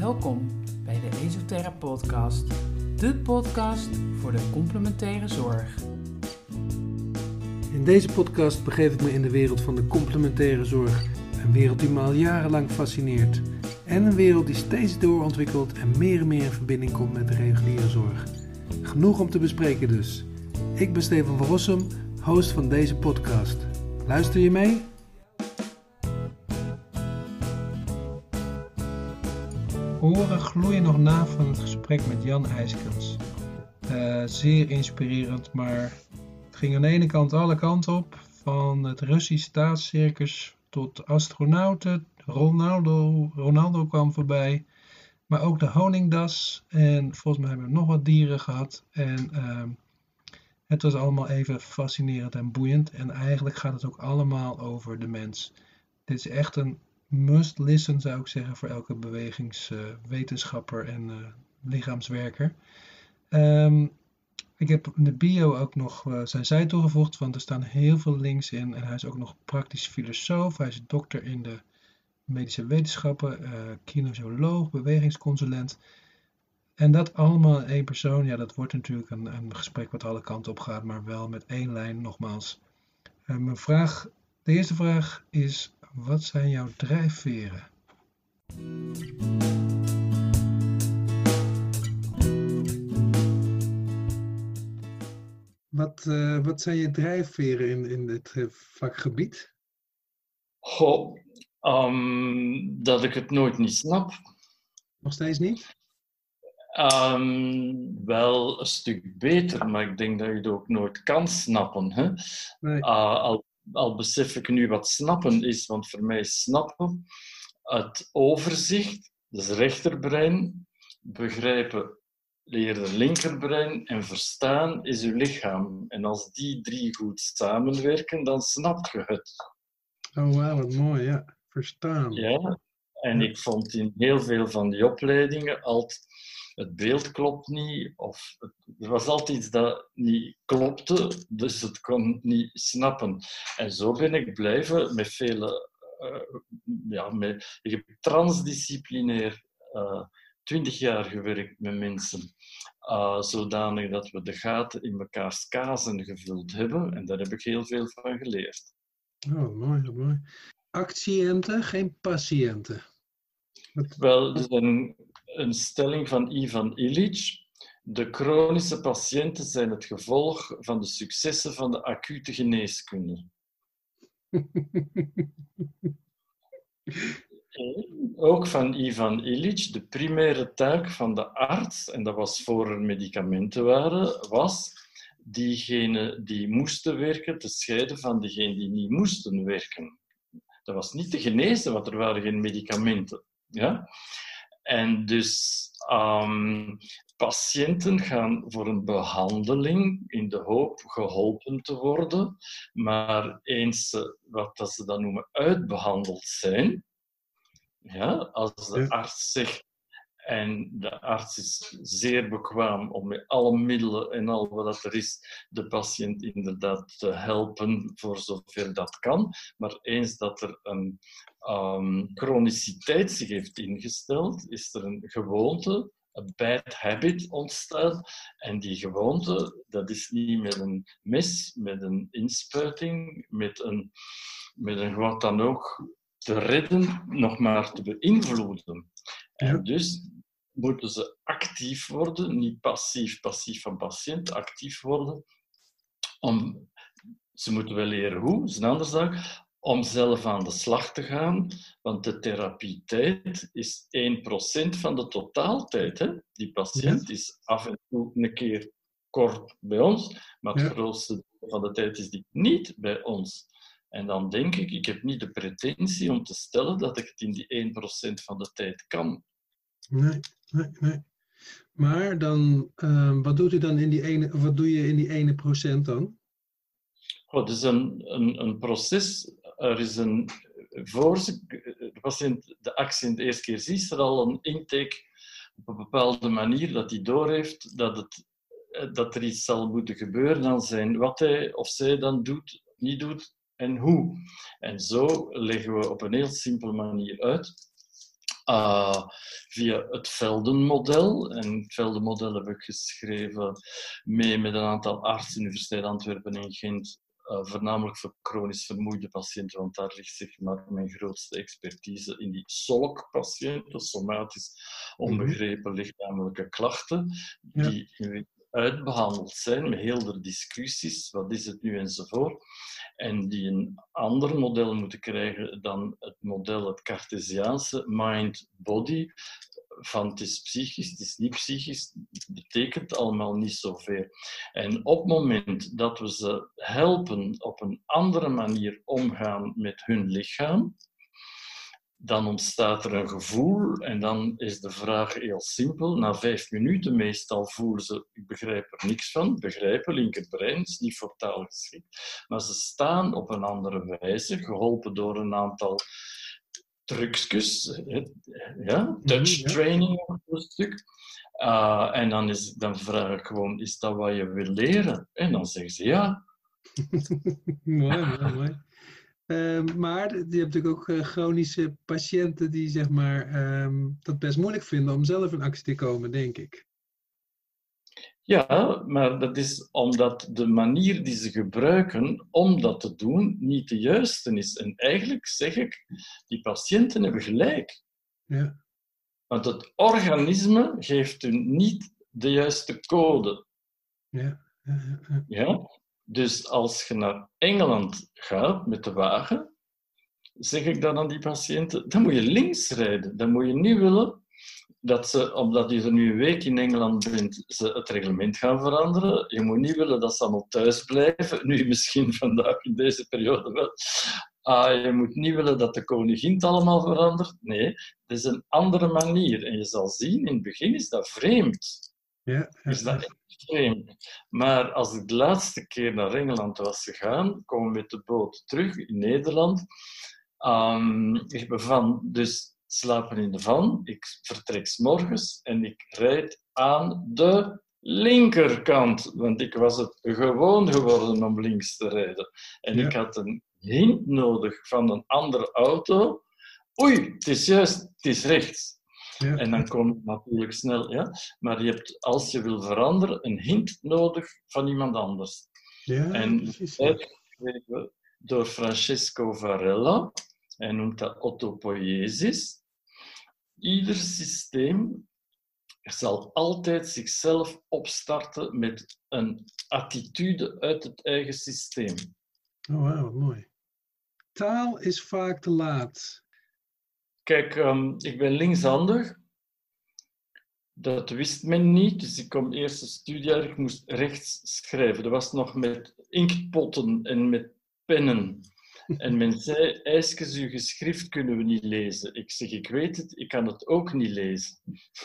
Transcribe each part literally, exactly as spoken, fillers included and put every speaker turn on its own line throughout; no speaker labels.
Welkom bij de Esoterra Podcast, de podcast voor de complementaire zorg.
In deze podcast begeef ik me in de wereld van de complementaire zorg, een wereld die me al jarenlang fascineert en een wereld die steeds doorontwikkelt en meer en meer in verbinding komt met de reguliere zorg. Genoeg om te bespreken dus. Ik ben Stefan van Rossum, host van deze podcast. Luister je mee? Oren gloeien nog na van het gesprek met Jan IJskens. Uh, zeer inspirerend, maar het ging aan de ene kant alle kanten op. Van het Russisch staatscircus tot astronauten. Ronaldo, Ronaldo kwam voorbij. Maar ook de honingdas. En volgens mij hebben we nog wat dieren gehad. En uh, het was allemaal even fascinerend en boeiend. En eigenlijk gaat het ook allemaal over de mens. Dit is echt een must listen, zou ik zeggen, voor elke bewegingswetenschapper uh, en uh, lichaamswerker. Um, ik heb in de bio ook nog uh, zijn zij toegevoegd, want er staan heel veel links in. En hij is ook nog praktisch filosoof. Hij is dokter in de medische wetenschappen, uh, kinesioloog, bewegingsconsulent. En dat allemaal in één persoon. Ja, dat wordt natuurlijk een, een gesprek wat alle kanten op gaat, maar wel met één lijn nogmaals. Uh, mijn vraag, de eerste vraag is: wat zijn jouw drijfveren? Wat, uh, wat zijn je drijfveren in, in dit uh, vakgebied?
Goh, um, dat ik het nooit niet snap.
Nog steeds niet?
Um, wel een stuk beter, maar ik denk dat je het ook nooit kan snappen. Hè?
Nee.
Uh, al, al besef ik nu wat snappen is, want voor mij is snappen het overzicht, dus rechterbrein, begrijpen leren linkerbrein en verstaan is uw lichaam. En als die drie goed samenwerken, dan snap je het.
Oh, wauw, wat mooi, ja. Verstaan.
Ja, en ik vond in heel veel van die opleidingen altijd het beeld klopt niet, of het, er was altijd iets dat niet klopte, dus het kon niet snappen. En zo ben ik blijven met vele, uh, ja, met, ik heb transdisciplinair uh, twintig jaar gewerkt met mensen, uh, zodanig dat we de gaten in mekaars kazen gevuld hebben, en daar heb ik heel veel van geleerd.
Oh, mooi, wat mooi. Actiënten, geen patiënten. Wat...
Wel, dus een, een stelling van Ivan Illich. De chronische patiënten zijn het gevolg van de successen van de acute geneeskunde. Ook van Ivan Illich, de primaire taak van de arts, en dat was voor er medicamenten waren, was diegenen die moesten werken te scheiden van diegenen die niet moesten werken. Dat was niet te genezen, want er waren geen medicamenten. Ja? En dus um, patiënten gaan voor een behandeling in de hoop geholpen te worden, maar eens ze, wat dat ze dan noemen, uitbehandeld zijn, ja, als de arts zegt, en de arts is zeer bekwaam om met alle middelen en al wat er is de patiënt inderdaad te helpen voor zover dat kan. Maar eens dat er een um, chroniciteit zich heeft ingesteld, is er een gewoonte, een bad habit ontstaan. En die gewoonte, dat is niet met een mes, met een inspuiting, met een, met een wat dan ook te redden, nog maar te beïnvloeden. En ja. Dus moeten ze actief worden, niet passief, passief van patiënt, actief worden. Om, ze moeten wel leren hoe, dat is een andere zaak, om zelf aan de slag te gaan, want de therapietijd is één procent van de totaaltijd. Hè? Die patiënt ja. is af en toe een keer kort bij ons, maar het ja. grootste deel van de tijd is die niet bij ons. En dan denk ik, ik heb niet de pretentie om te stellen dat ik het in die één procent van de tijd kan.
Nee, nee, nee. Maar dan, uh, wat doet u dan in die ene, wat doe je in die ene procent dan?
Oh, het is een, een, een proces. Er is een, voor de patiënt de actie in de eerste keer ziet, is er al een intake op een bepaalde manier dat hij doorheeft dat, het, dat er iets zal moeten gebeuren aan zijn wat hij of zij dan doet, niet doet en hoe. En zo leggen we op een heel simpele manier uit Uh, via het Velden-model. En het Velden-model heb ik geschreven mee met een aantal artsen, Universiteit Antwerpen en Gent, uh, voornamelijk voor chronisch vermoeide patiënten, want daar ligt zeg maar mijn grootste expertise in die S O L C-patiënten, somatisch onbegrepen lichamelijke klachten,
Ja.
die uitbehandeld zijn met heel de discussies, wat is het nu enzovoort. En die een ander model moeten krijgen dan het model, het Cartesiaanse mind-body, van het is psychisch, het is niet psychisch, betekent allemaal niet zoveel. En op het moment dat we ze helpen op een andere manier omgaan met hun lichaam, dan ontstaat er een gevoel en dan is de vraag heel simpel. Na vijf minuten meestal voelen ze, ik begrijp er niks van, begrijpen, linkerbrein is niet voor taal geschikt, maar ze staan op een andere wijze, geholpen door een aantal trucjes, ja, touch training of een stuk. Uh, en dan, is, dan vraag ik gewoon, is dat wat je wil leren? En dan zeggen ze ja.
Mooi, mooi, mooi. Uh, maar je hebt natuurlijk ook uh, chronische patiënten die zeg maar, um, dat best moeilijk vinden om zelf in actie te komen, denk ik.
Ja, maar dat is omdat de manier die ze gebruiken om dat te doen niet de juiste is. En eigenlijk zeg ik, die patiënten hebben gelijk.
Ja.
Want het organisme geeft hun niet de juiste code.
Ja. Ja, ja.
Ja? Dus als je naar Engeland gaat met de wagen, zeg ik dan aan die patiënten, dan moet je links rijden. Dan moet je niet willen dat ze, omdat je er nu een week in Engeland bent, ze het reglement gaan veranderen. Je moet niet willen dat ze allemaal thuis blijven. Nu misschien vandaag in deze periode wel. Ah, je moet niet willen dat de koningin het allemaal verandert. Nee, het is een andere manier. En je zal zien, in het begin is dat vreemd.
Ja, ja,
is dat echt vreemd. Maar als ik de laatste keer naar Engeland was gegaan, kom ik met de boot terug in Nederland. Um, ik ben van, dus slapen in de van. Ik vertrek 's morgens en ik rijd aan de linkerkant. Want ik was het gewoon geworden om links te rijden. En
Ja.
ik had een hint nodig van een andere auto. Oei, het is juist, het is rechts.
Ja.
En dan komt het natuurlijk snel, ja. Maar je hebt, als je wil veranderen, een hint nodig van iemand anders.
Ja,
en
precies.
uitgeschreven door Francesco Varela. Hij noemt dat autopoiesis. Ieder systeem zal altijd zichzelf opstarten met een attitude uit het eigen systeem.
Oh, wauw, wat mooi. Taal is vaak te laat.
Kijk, um, ik ben linkshandig. Dat wist men niet, dus ik kom eerste studiejaar, ik moest rechts schrijven. Dat was nog met inktpotten en met pennen. En men zei, ijskes, uw geschrift kunnen we niet lezen. Ik zeg, ik weet het, ik kan het ook niet lezen.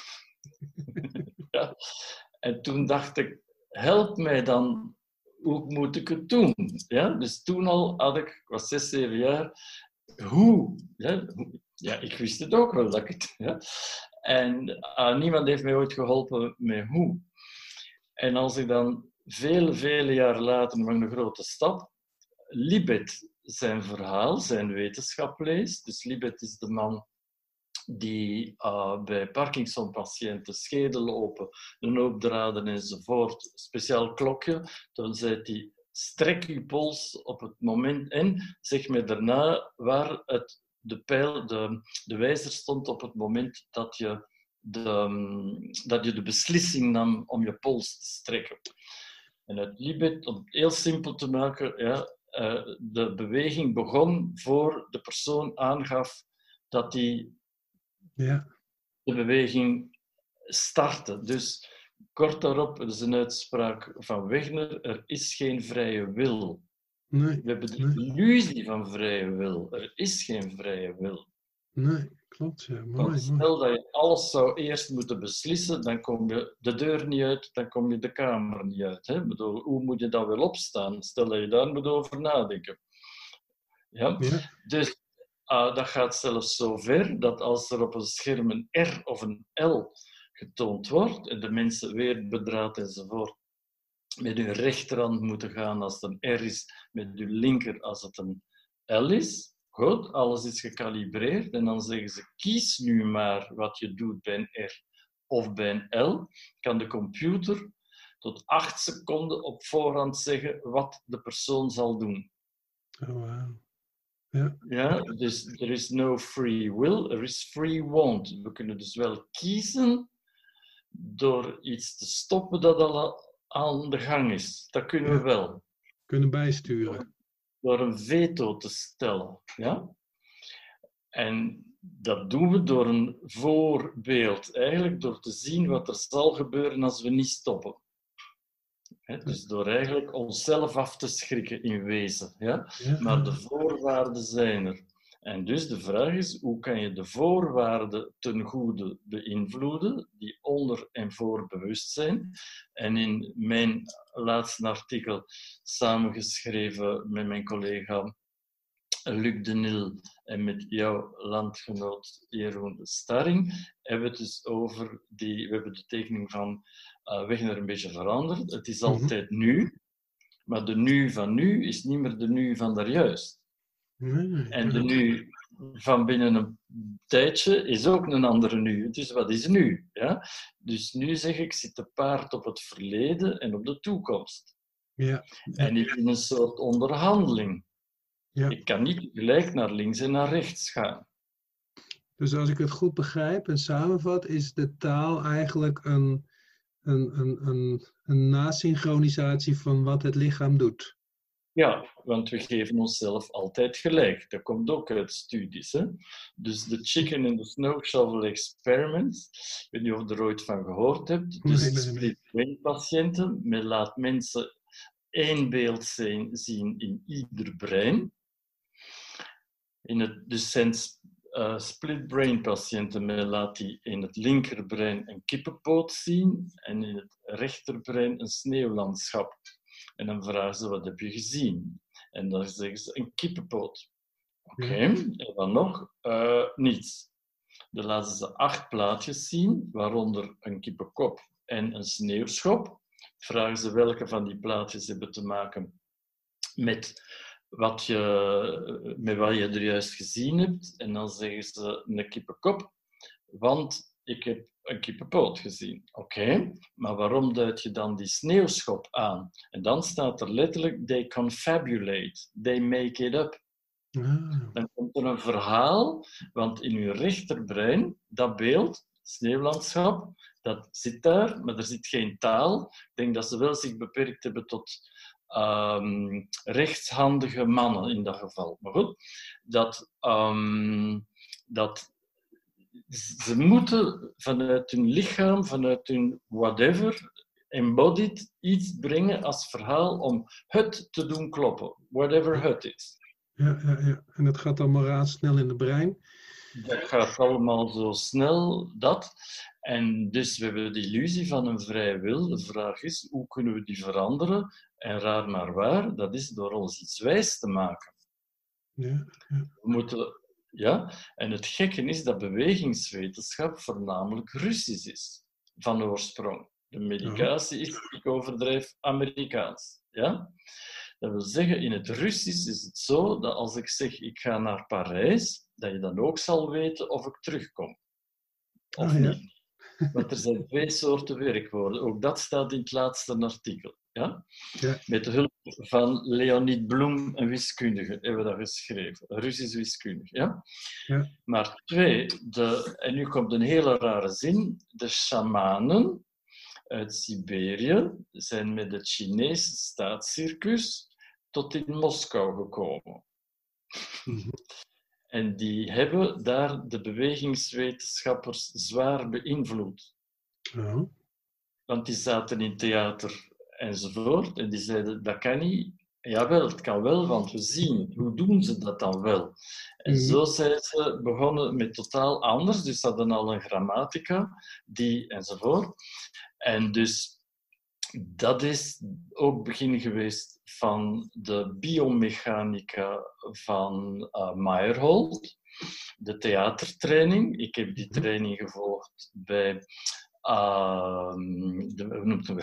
Ja. En toen dacht ik, help mij dan, hoe moet ik het doen? Ja? Dus toen al had ik, ik was zes, zeven jaar, hoe? Ja, ja, ik wist het ook wel dat ik het... Ja. En uh, niemand heeft mij ooit geholpen met hoe. En als ik dan vele, vele jaren later, nog een grote stap, Libet zijn verhaal, zijn wetenschap leest. Dus Libet is de man die uh, bij Parkinson-patiënten schedel open, een hoop draden enzovoort, speciaal klokje, dan zei hij, strek je pols op het moment en zeg me daarna waar het, de pijl, de, de wijzer stond op het moment dat je de, dat je de beslissing nam om je pols te strekken. En uit Libet, om het heel simpel te maken, ja, uh, de beweging begon voor de persoon aangaf dat hij
Ja.
de beweging startte. Dus kort daarop, dat is een uitspraak van Wegner, er is geen vrije wil.
Nee,
We hebben de
nee.
illusie van vrije wil. Er is geen vrije wil.
Nee, klopt. Ja. Mooi,
Want
mooi.
stel dat je alles zou eerst moeten beslissen, dan kom je de deur niet uit, dan kom je de kamer niet uit. Hè? Ik bedoel, hoe moet je dat wel opstaan? Stel dat je daar moet over nadenken. Ja?
Ja.
Dus uh, dat gaat zelfs zo ver dat als er op een scherm een R of een L getoond wordt en de mensen weer bedraad enzovoort met hun rechterhand moeten gaan als het een R is, met hun linker als het een L is, Goed, alles is gekalibreerd en dan zeggen ze, kies nu maar wat je doet bij een R of bij een L. Kan de computer tot acht seconden op voorhand zeggen wat de persoon zal doen.
Oh, wow. Ja.
Ja, dus er is no free will, er is free want. We kunnen dus wel kiezen door iets te stoppen dat al aan de gang is. Dat kunnen we
Ja.
wel.
Kunnen bijsturen.
Door een veto te stellen. Ja? En dat doen we door een voorbeeld. Eigenlijk door te zien wat er zal gebeuren als we niet stoppen. He, dus door eigenlijk onszelf af te schrikken in wezen. Ja?
Ja.
Maar de voorwaarden zijn er. En dus de vraag is, hoe kan je de voorwaarden ten goede beïnvloeden, die onder en voor bewustzijn? En in mijn laatste artikel, samengeschreven met mijn collega Luc de Nil en met jouw landgenoot Jeroen Starring, hebben we het dus over die, we hebben de tekening van uh, Wegner een beetje veranderd. Het is altijd mm-hmm. nu, maar de nu van nu is niet meer de nu van daarjuist.
Nee,
en de nu van binnen een tijdje is ook een andere nu. Dus wat is nu? Ja? Dus nu zeg ik, zit te paard op het verleden en op de toekomst.
Ja.
En ik in een soort onderhandeling.
Ja.
Ik kan niet gelijk naar links en naar rechts gaan.
Dus als ik het goed begrijp en samenvat, is de taal eigenlijk een, een, een, een, een nasynchronisatie van wat het lichaam doet.
Ja, want we geven onszelf altijd gelijk. Dat komt ook uit studies. Hè? Dus de chicken and the snow shovel experiment, ik weet niet of je er ooit van gehoord hebt. Dus
nee, nee, nee.
split-brain patiënten, men laat mensen één beeld zien in ieder brein. In het, dus zijn uh, split-brain patiënten, men laat die in het linkerbrein een kippenpoot zien en in het rechterbrein een sneeuwlandschap. En dan vragen ze, wat heb je gezien? En dan zeggen ze, een kippenpoot. Oké, okay. En dan nog? Uh, niets. Dan laten ze acht plaatjes zien, waaronder een kippenkop en een sneeuwschop. Vragen ze welke van die plaatjes hebben te maken met wat je, met wat je er juist gezien hebt. En dan zeggen ze een kippenkop, want ik heb een kippenpoot gezien. Oké, okay. Maar waarom duid je dan die sneeuwschop aan? En dan staat er letterlijk, they confabulate, they make it up.
Ah.
Dan komt er een verhaal, want in uw rechterbrein, dat beeld, sneeuwlandschap, dat zit daar, maar er zit geen taal. Ik denk dat ze wel zich beperkt hebben tot um, rechtshandige mannen in dat geval. Maar goed, dat... Um, dat ze moeten vanuit hun lichaam, vanuit hun whatever, embodied, iets brengen als verhaal om het te doen kloppen. Whatever het is.
Ja, ja, ja. En dat gaat allemaal razendsnel in het brein.
Dat gaat allemaal zo snel, dat. En dus we hebben de illusie van een vrije wil. De vraag is, hoe kunnen we die veranderen? En raar maar waar, dat is door ons iets wijs te maken.
Ja, ja. We
moeten... Ja, en het gekke is dat bewegingswetenschap voornamelijk Russisch is, van oorsprong. De medicatie is, ik overdrijf, Amerikaans. Ja? Dat wil zeggen, in het Russisch is het zo dat als ik zeg, ik ga naar Parijs, dat je dan ook zal weten of ik terugkom. Of
oh, ja.
niet. Want er zijn twee soorten werkwoorden. Ook dat staat in het laatste artikel. Ja?
Ja.
Met de hulp van Leonid Bloem, een wiskundige, hebben we dat geschreven. Een Russisch wiskundige. Ja?
Ja.
Maar twee, de, en nu komt een hele rare zin, de shamanen uit Siberië zijn met het Chinese staatscircus tot in Moskou gekomen.
Mm-hmm.
En die hebben daar de bewegingswetenschappers zwaar beïnvloed.
Oh.
Want die zaten in theater enzovoort. En die zeiden, dat kan niet. Jawel, het kan wel, want we zien. Hoe doen ze dat dan wel? En mm-hmm. zo zijn ze begonnen met totaal anders. Dus ze hadden al een grammatica, die enzovoort. En dus dat is ook begin geweest van de biomechanica van uh, Meyerhold, de theatertraining. Ik heb die training gevolgd bij uh, de, hoe noemt het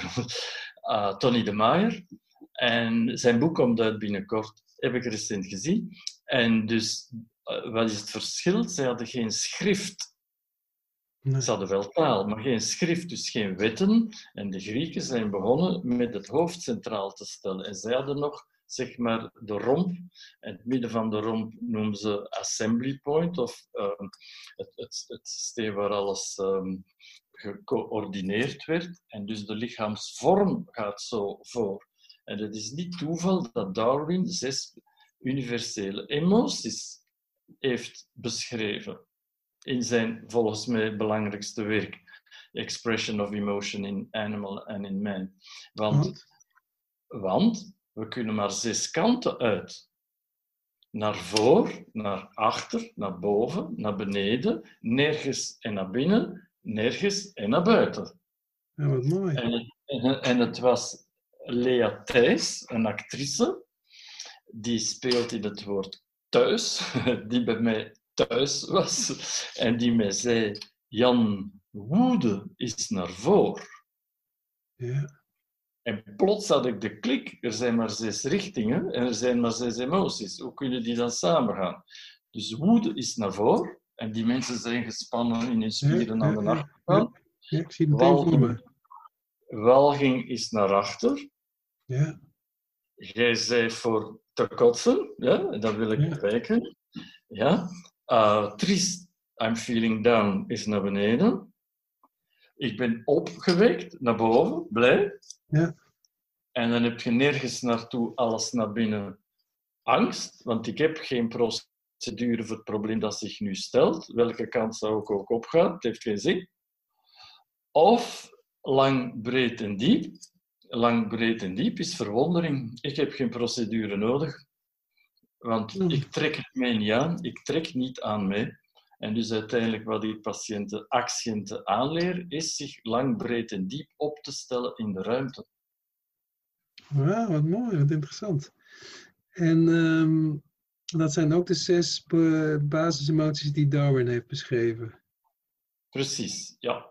uh, Tony de Maier. En zijn boek komt uit binnenkort, heb ik recent gezien. En dus, uh, wat is het verschil? Zij hadden geen schrift.
Nee.
Ze hadden wel taal, maar geen schrift, dus geen wetten. En de Grieken zijn begonnen met het hoofd centraal te stellen. En zij hadden nog, zeg maar, de romp. En het midden van de romp noemen ze assembly point, of uh, het, het, het systeem waar alles um, gecoördineerd werd. En dus de lichaamsvorm gaat zo voor. En het is niet toeval dat Darwin zes universele emoties heeft beschreven in zijn volgens mij belangrijkste werk, Expression of Emotion in Animal and in Man. Want, want we kunnen maar zes kanten uit. Naar voor, naar achter, naar boven, naar beneden, nergens en naar binnen, nergens en naar buiten.
Ja, wat mooi.
En het, en, en het was Lea Thijs, een actrice, die speelt in het woord thuis, die bij mij thuis was en die mij zei, Jan, woede is naar voren.
Ja.
En plots had ik de klik, er zijn maar zes richtingen en er zijn maar zes emoties. Hoe kunnen die dan samengaan? Dus woede is naar voren en die mensen zijn gespannen in hun spieren
Ja,
aan de
ja,
achterkant.
ja. Ja, ik zie het meteen voor me.
Walging is naar achter.
Ja.
Jij zei voor te kotsen, ja, dat wil ik
Ja.
wijken. Ja. Uh, triest, I'm feeling down, is naar beneden. Ik ben opgewekt, naar boven, blij.
Ja.
En dan heb je nergens naartoe, alles naar binnen. Angst, want ik heb geen procedure voor het probleem dat zich nu stelt. Welke kant zou ik ook opgaan? Het heeft geen zin. Of lang, breed en diep. Lang, breed en diep is verwondering. Ik heb geen procedure nodig. Want ik trek het mij niet aan. Ik trek niet aan mij. En dus uiteindelijk wat ik patiënten, actiënten aanleer, is zich lang, breed en diep op te stellen in de ruimte.
Wauw, wat mooi, wat interessant. En um, dat zijn ook de zes be- basisemoties die Darwin heeft beschreven.
Precies, ja.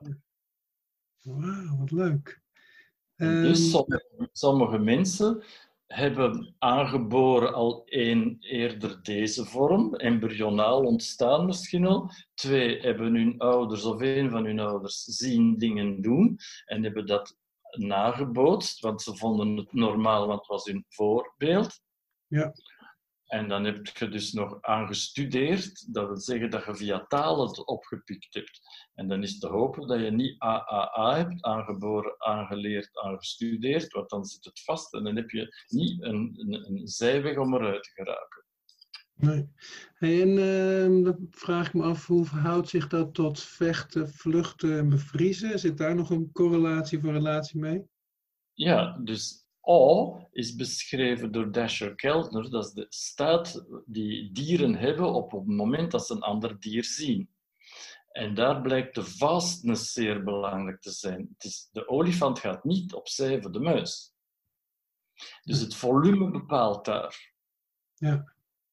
Wauw, wat leuk.
En dus
Um,
sommige, sommige mensen hebben aangeboren al één eerder deze vorm, embryonaal ontstaan misschien al. Twee hebben hun ouders of een van hun ouders zien dingen doen en hebben dat nagebootst, want ze vonden het normaal, want het was hun voorbeeld.
Ja.
En dan heb je dus nog aangestudeerd, dat wil zeggen dat je via taal het opgepikt hebt. En dan is te hopen dat je niet A A A hebt, aangeboren, aangeleerd, aangestudeerd, want dan zit het vast en dan heb je niet een, een, een zijweg om eruit te geraken.
Nee. Hey, en uh, dan vraag ik me af, hoe verhoudt zich dat tot vechten, vluchten en bevriezen? Zit daar nog een correlatie of een relatie mee?
Ja, dus awe is beschreven door Dashiell Keltner. Dat is de staat die dieren hebben op het moment dat ze een ander dier zien. En daar blijkt de vastness zeer belangrijk te zijn. Het is, de olifant gaat niet opzij voor de muis. Dus het volume bepaalt daar.
Ja.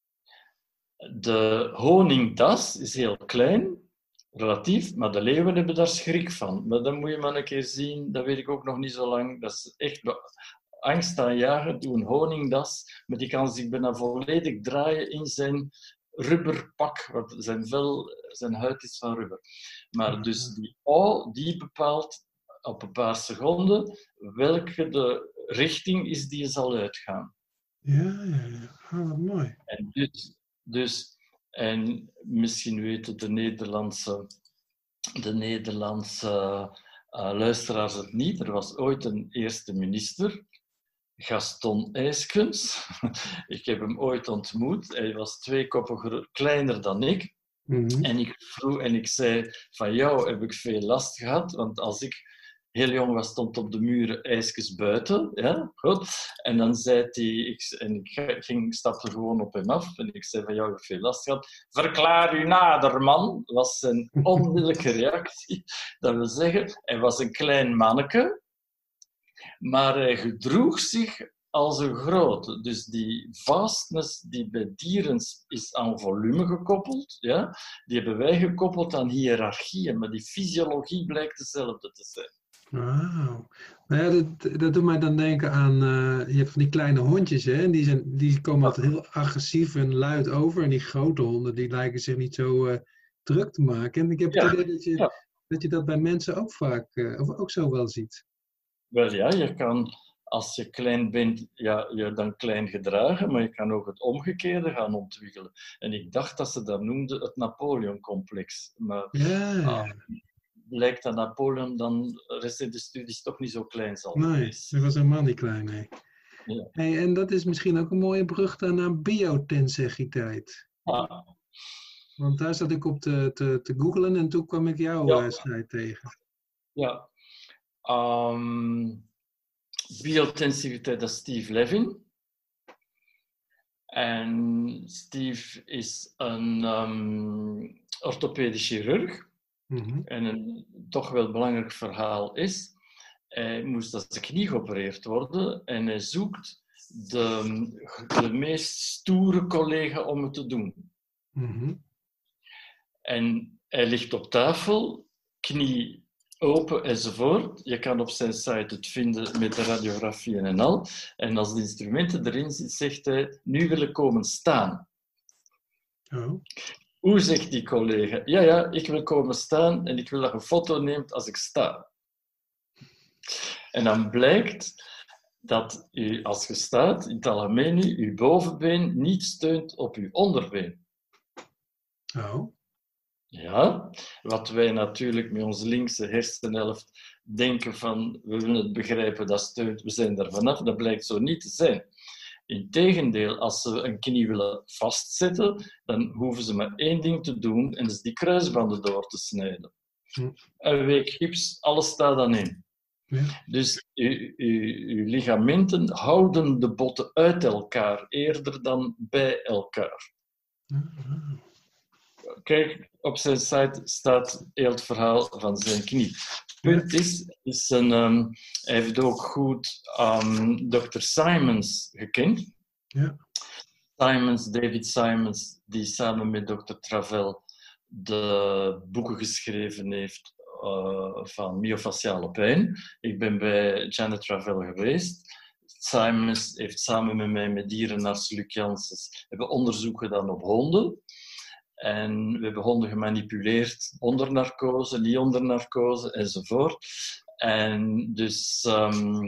De honingdas is heel klein, relatief, maar de leeuwen hebben daar schrik van. Maar dat moet je maar een keer zien, dat weet ik ook nog niet zo lang. Dat is echt angstaanjagend, doe een honingdas, maar die kan zich bijna volledig draaien in zijn rubberpak, want zijn vel, zijn huid is van rubber. Maar dus die O, die bepaalt op een paar seconden welke de richting is die je zal uitgaan.
Ja, ja, ja. Oh, wat mooi.
En dus, dus en misschien weten de Nederlandse, de Nederlandse uh, luisteraars het niet. Er was ooit een eerste minister, Gaston Eyskens. Ik heb hem ooit ontmoet. Hij was twee koppen kleiner dan ik.
Mm-hmm.
En ik vroeg en ik zei, van jou heb ik veel last gehad, want als ik heel jong was, stond op de muren Eyskens buiten. Ja, goed. En dan zei hij, ik, en ik ging, stapte gewoon op hem af en ik zei, van jou heb ik veel last gehad. Verklaar u nader, man, was zijn onmiddellijke reactie. Dat wil zeggen, hij was een klein manneke, maar hij gedroeg zich als een grote. Dus die vastness die bij dieren is aan volume gekoppeld, ja, die hebben wij gekoppeld aan hiërarchieën, maar die fysiologie blijkt dezelfde te zijn.
Wauw. Nou ja, dat, dat doet mij dan denken aan, uh, je hebt van die kleine hondjes, hè? En die, zijn, die komen altijd heel agressief en luid over. En die grote honden, die lijken zich niet zo uh, druk te maken. En ik heb het
Ja,
idee dat je,
ja.
dat je dat bij mensen ook vaak, uh, of ook zo wel ziet.
Wel ja, je kan, als je klein bent, ja, je dan klein gedragen, maar je kan ook het omgekeerde gaan ontwikkelen. En ik dacht dat ze dat noemden het Napoleon-complex. Maar
Ja,
ah, blijkt dat Napoleon dan rest in de studies toch niet zo klein zal
nee,
geweest.
dat was helemaal niet klein, nee.
Ja.
Hey, en dat is misschien ook een mooie brug dan naar biotensegiteit.
Ah,
Want daar zat ik op te, te, te googlen en toen kwam ik jouw
ja,
uh, site tegen.
ja. Um, biotensiviteit, dat is Steve Levin. En Steve is een um, orthopedisch chirurg.
Mm-hmm.
En een toch wel belangrijk verhaal is, hij moest als zijn knie geopereerd worden en hij zoekt de, de meest stoere collega om het te doen.
Mm-hmm.
En hij ligt op tafel, knie open enzovoort. Je kan op zijn site het vinden met de radiografieën en al. En als de instrumenten erin zitten, zegt hij, nu wil ik komen staan.
Oh.
Hoe zegt die collega? Ja, ja, ik wil komen staan en ik wil dat je een foto neemt als ik sta. En dan blijkt dat u, als je staat, in het algemeen nu, uw bovenbeen niet steunt op uw onderbeen.
Oh.
Ja, wat wij natuurlijk met onze linkse hersenhelft denken van, we willen het begrijpen, dat steunt, we zijn er vanaf, dat blijkt zo niet te zijn. Integendeel, als ze een knie willen vastzetten, dan hoeven ze maar één ding te doen, en dat is die kruisbanden door te snijden.
Hm.
Een week gips, alles staat dan in.
Ja.
Dus uw, uw, uw ligamenten houden de botten uit elkaar, eerder dan bij elkaar.
Uh-huh.
Kijk, op zijn site staat heel het verhaal van zijn knie. Het punt is, is een, um, hij heeft ook goed um, dokter Simons gekend.
Ja.
Simons, David Simons, die samen met dokter Travell de boeken geschreven heeft uh, van myofasciale pijn. Ik ben bij Janet Travell geweest. Simons heeft samen met mij, met dierenarts Luc Janssens, hebben onderzoek gedaan op honden. En we hebben honden gemanipuleerd onder narcose, niet onder narcose, enzovoort. En dus um,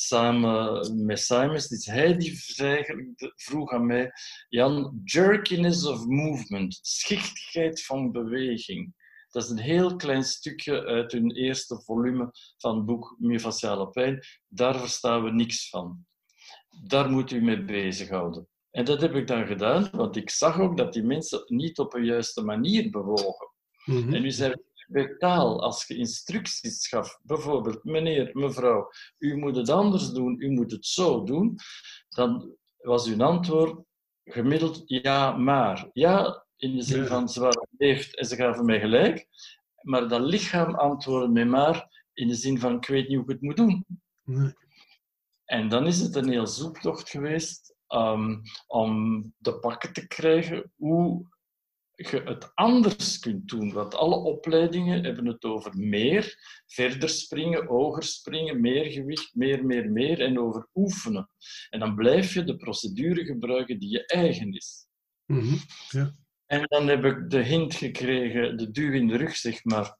samen met Simons, dus hij die eigenlijk vroeg aan mij, Jan, jerkiness of movement, schichtigheid van beweging. Dat is een heel klein stukje uit hun eerste volume van het boek Myofasciale pijn. Daar verstaan we niks van. Daar moet u mee bezighouden. En dat heb ik dan gedaan, want ik zag ook dat die mensen niet op een juiste manier bewogen. Mm-hmm. En nu zei ik, bij taal, als je instructies gaf, bijvoorbeeld, meneer, mevrouw, u moet het anders doen, u moet het zo doen, dan was uw antwoord gemiddeld ja, maar. Ja, in de zin van, ze waren beleefd en ze gaven mij gelijk, maar dat lichaam antwoordde mij maar in de zin van, ik weet niet hoe ik het moet doen.
Nee.
En dan is het een heel zoektocht geweest Um, om te pakken te krijgen hoe je het anders kunt doen. Want alle opleidingen hebben het over meer, verder springen, hoger springen, meer gewicht, meer, meer, meer en over oefenen. En dan blijf je de procedure gebruiken die je eigen is.
Mm-hmm. Ja.
En dan heb ik de hint gekregen, de duw in de rug, zeg maar,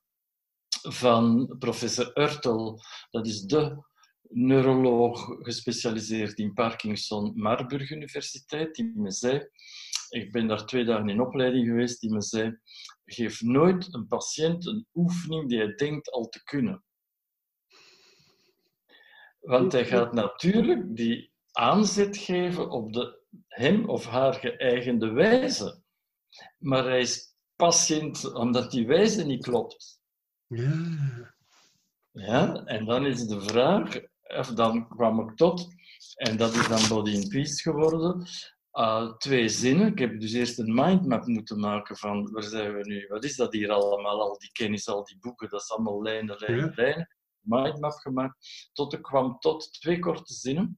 van professor Oertel. Dat is de neuroloog gespecialiseerd in Parkinson, Marburg Universiteit, die me zei, ik ben daar twee dagen in opleiding geweest, die me zei, geef nooit een patiënt een oefening die hij denkt al te kunnen. Want hij gaat natuurlijk die aanzet geven op de hem of haar geëigende wijze. Maar hij is patiënt omdat die wijze niet klopt.
Ja.
Ja, en dan is de vraag, of dan kwam ik tot, en dat is dan Body in Peace geworden, uh, twee zinnen. Ik heb dus eerst een mindmap moeten maken van, waar zijn we nu? Wat is dat hier allemaal? Al die kennis, al die boeken, dat is allemaal lijnen, lijnen, ja. lijnen. Mindmap gemaakt, tot ik kwam tot twee korte zinnen.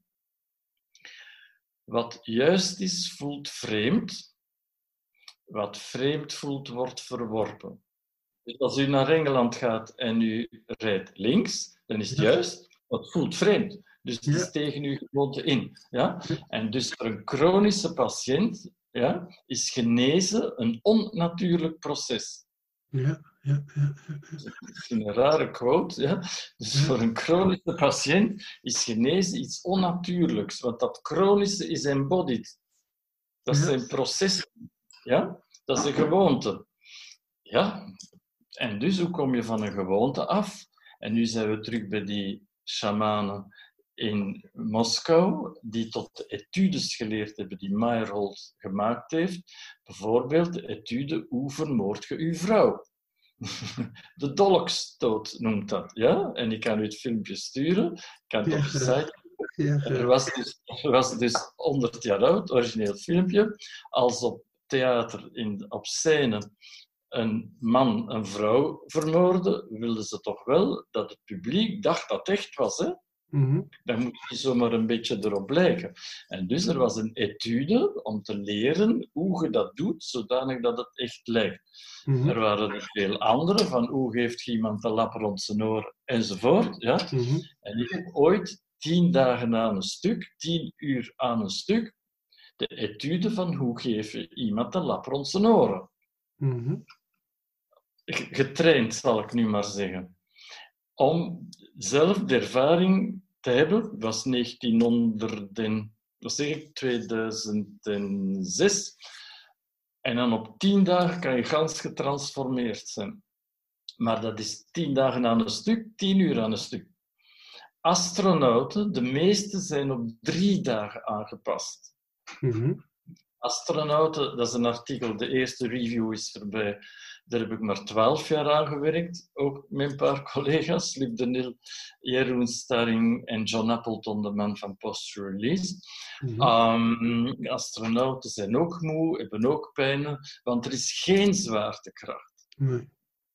Wat juist is, voelt vreemd. Wat vreemd voelt, wordt verworpen. Dus als u naar Engeland gaat en u rijdt links, dan is het
Ja.
juist, maar het voelt vreemd. Dus het
Ja.
is tegen uw gewoonte in. Ja? En dus voor een chronische patiënt ja, is genezen een onnatuurlijk proces.
Ja, ja, ja, ja.
Dat is misschien een rare quote. Ja? Dus
Ja.
voor een chronische patiënt is genezen iets onnatuurlijks. Want dat chronische is embodied. Dat
Ja.
zijn processen. Ja? Dat is een gewoonte. Ja. En dus hoe kom je van een gewoonte af? En nu zijn we terug bij die shamanen in Moskou, die tot de etudes geleerd hebben die Meyerhold gemaakt heeft. Bijvoorbeeld de etude Hoe vermoord je uw vrouw? De dolkstoot noemt dat. Ja? En ik kan u het filmpje sturen. Ik kan het
Ja,
op de
graag.
site.
Ja,
Er
graag.
was dus, er was dus honderd jaar oud, origineel filmpje. Als op theater, in, op scène, een man een vrouw vermoordde, wilden ze toch wel dat het publiek dacht dat het echt was. Hè?
Mhm.
Dan moet je zomaar een beetje erop lijken. En dus er was een etude om te leren hoe je dat doet, zodanig dat het echt lijkt.
Mhm.
Er waren er veel andere, van hoe geeft je iemand de lap rond zijn oor, enzovoort. Ja?
Mhm.
En ik heb ooit tien dagen aan een stuk, tien uur aan een stuk, de etude van hoe geef je iemand de lap rond zijn oren.
Mhm.
Getraind, zal ik nu maar zeggen. Om zelf de ervaring te hebben, was negentienhonderd, en, wat zeg ik, tweeduizend zes. En dan op tien dagen kan je gans getransformeerd zijn. Maar dat is tien dagen aan een stuk, tien uur aan een stuk. Astronauten, de meeste zijn op drie dagen aangepast.
Mhm.
Astronauten, dat is een artikel, de eerste review is voorbij. Daar heb ik maar twaalf jaar aan gewerkt, ook met een paar collega's, Luc de Nil, Jeroen Starring en John Appleton, de man van Post-Release.
Mhm.
Um, astronauten zijn ook moe, hebben ook pijnen, want er is geen zwaartekracht.
Nee.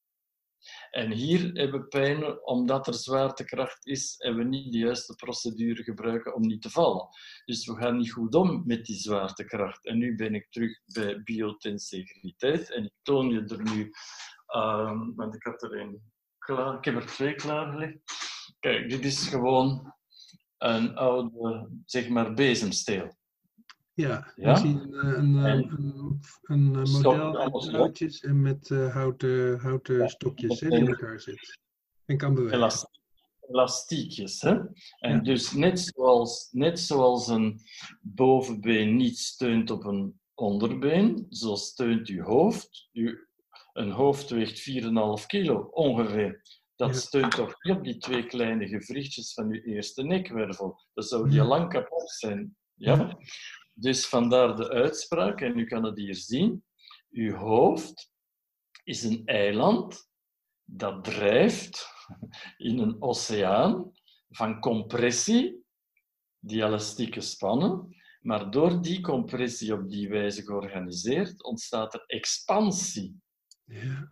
En hier hebben we pijn omdat er zwaartekracht is en we niet de juiste procedure gebruiken om niet te vallen. Dus we gaan niet goed om met die zwaartekracht. En nu ben ik terug bij biotensegriteit en ik toon je er nu, um, want ik had er een klaar, ik heb er twee klaargelegd. Kijk, dit is gewoon een oude, zeg maar, bezemsteel.
Ja,
Ja?
ik zie een, eh, een, eh,
En
een, een, eh,
stop
model
alles
met
op.
touwtjes en met eh, houten, houten stokjes hè, die in elkaar zitten. En kan bewegen.
Elas- elastiekjes. Hè? En
Ja.
dus net zoals, net zoals een bovenbeen niet steunt op een onderbeen, zo steunt uw hoofd. Uw, een hoofd weegt vier komma vijf kilo ongeveer. Dat
Ja.
steunt toch niet op die twee kleine gewrichtjes van uw eerste nekwervel. Dat zou die
Ja.
lang kapot zijn. Ja?
Ja.
Dus vandaar de uitspraak, en u kan het hier zien. Uw hoofd is een eiland dat drijft in een oceaan van compressie, die elastieke spannen, maar door die compressie op die wijze georganiseerd ontstaat er expansie.
Ja.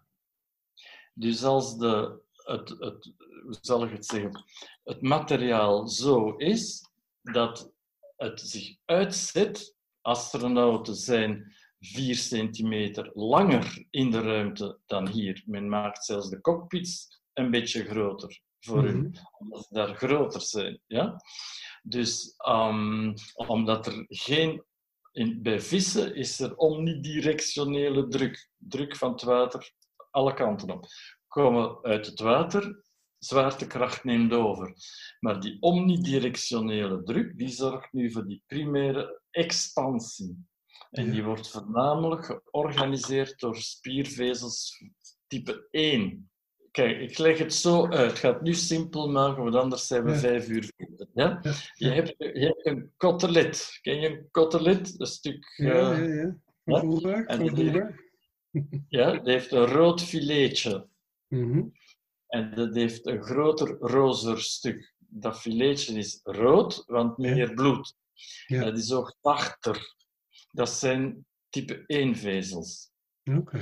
Dus als de, het, het, hoe zal ik het zeggen, het materiaal zo is dat het zich uitzet, astronauten zijn vier centimeter langer in de ruimte dan hier. Men maakt zelfs de cockpits een beetje groter voor
Mhm.
hun, omdat ze daar groter zijn. Ja? Dus um, omdat er geen... In, bij vissen is er omnidirectionele druk. Druk van het water alle kanten op. Komen uit het water, zwaartekracht neemt over. Maar die omnidirectionele druk, die zorgt nu voor die primaire expansie. En
Ja.
die wordt voornamelijk georganiseerd door spiervezels type één. Kijk, ik leg het zo uit. Ik ga het nu simpel maken, want anders zijn we
Ja.
vijf uur verder. Ja?
Ja.
Je, hebt, je hebt een kotelet. Ken je een kotelet? Een stuk...
Ja,
uh,
ja, ja. Van
ja?
voelbaar.
En
Van
die-
voelbaar.
Ja, die heeft een rood filetje.
Mhm.
En dat heeft een groter rozer stuk. Dat filetje is rood, want meer bloed.
Ja.
Dat is ook achter. Dat zijn type één vezels.
Oké.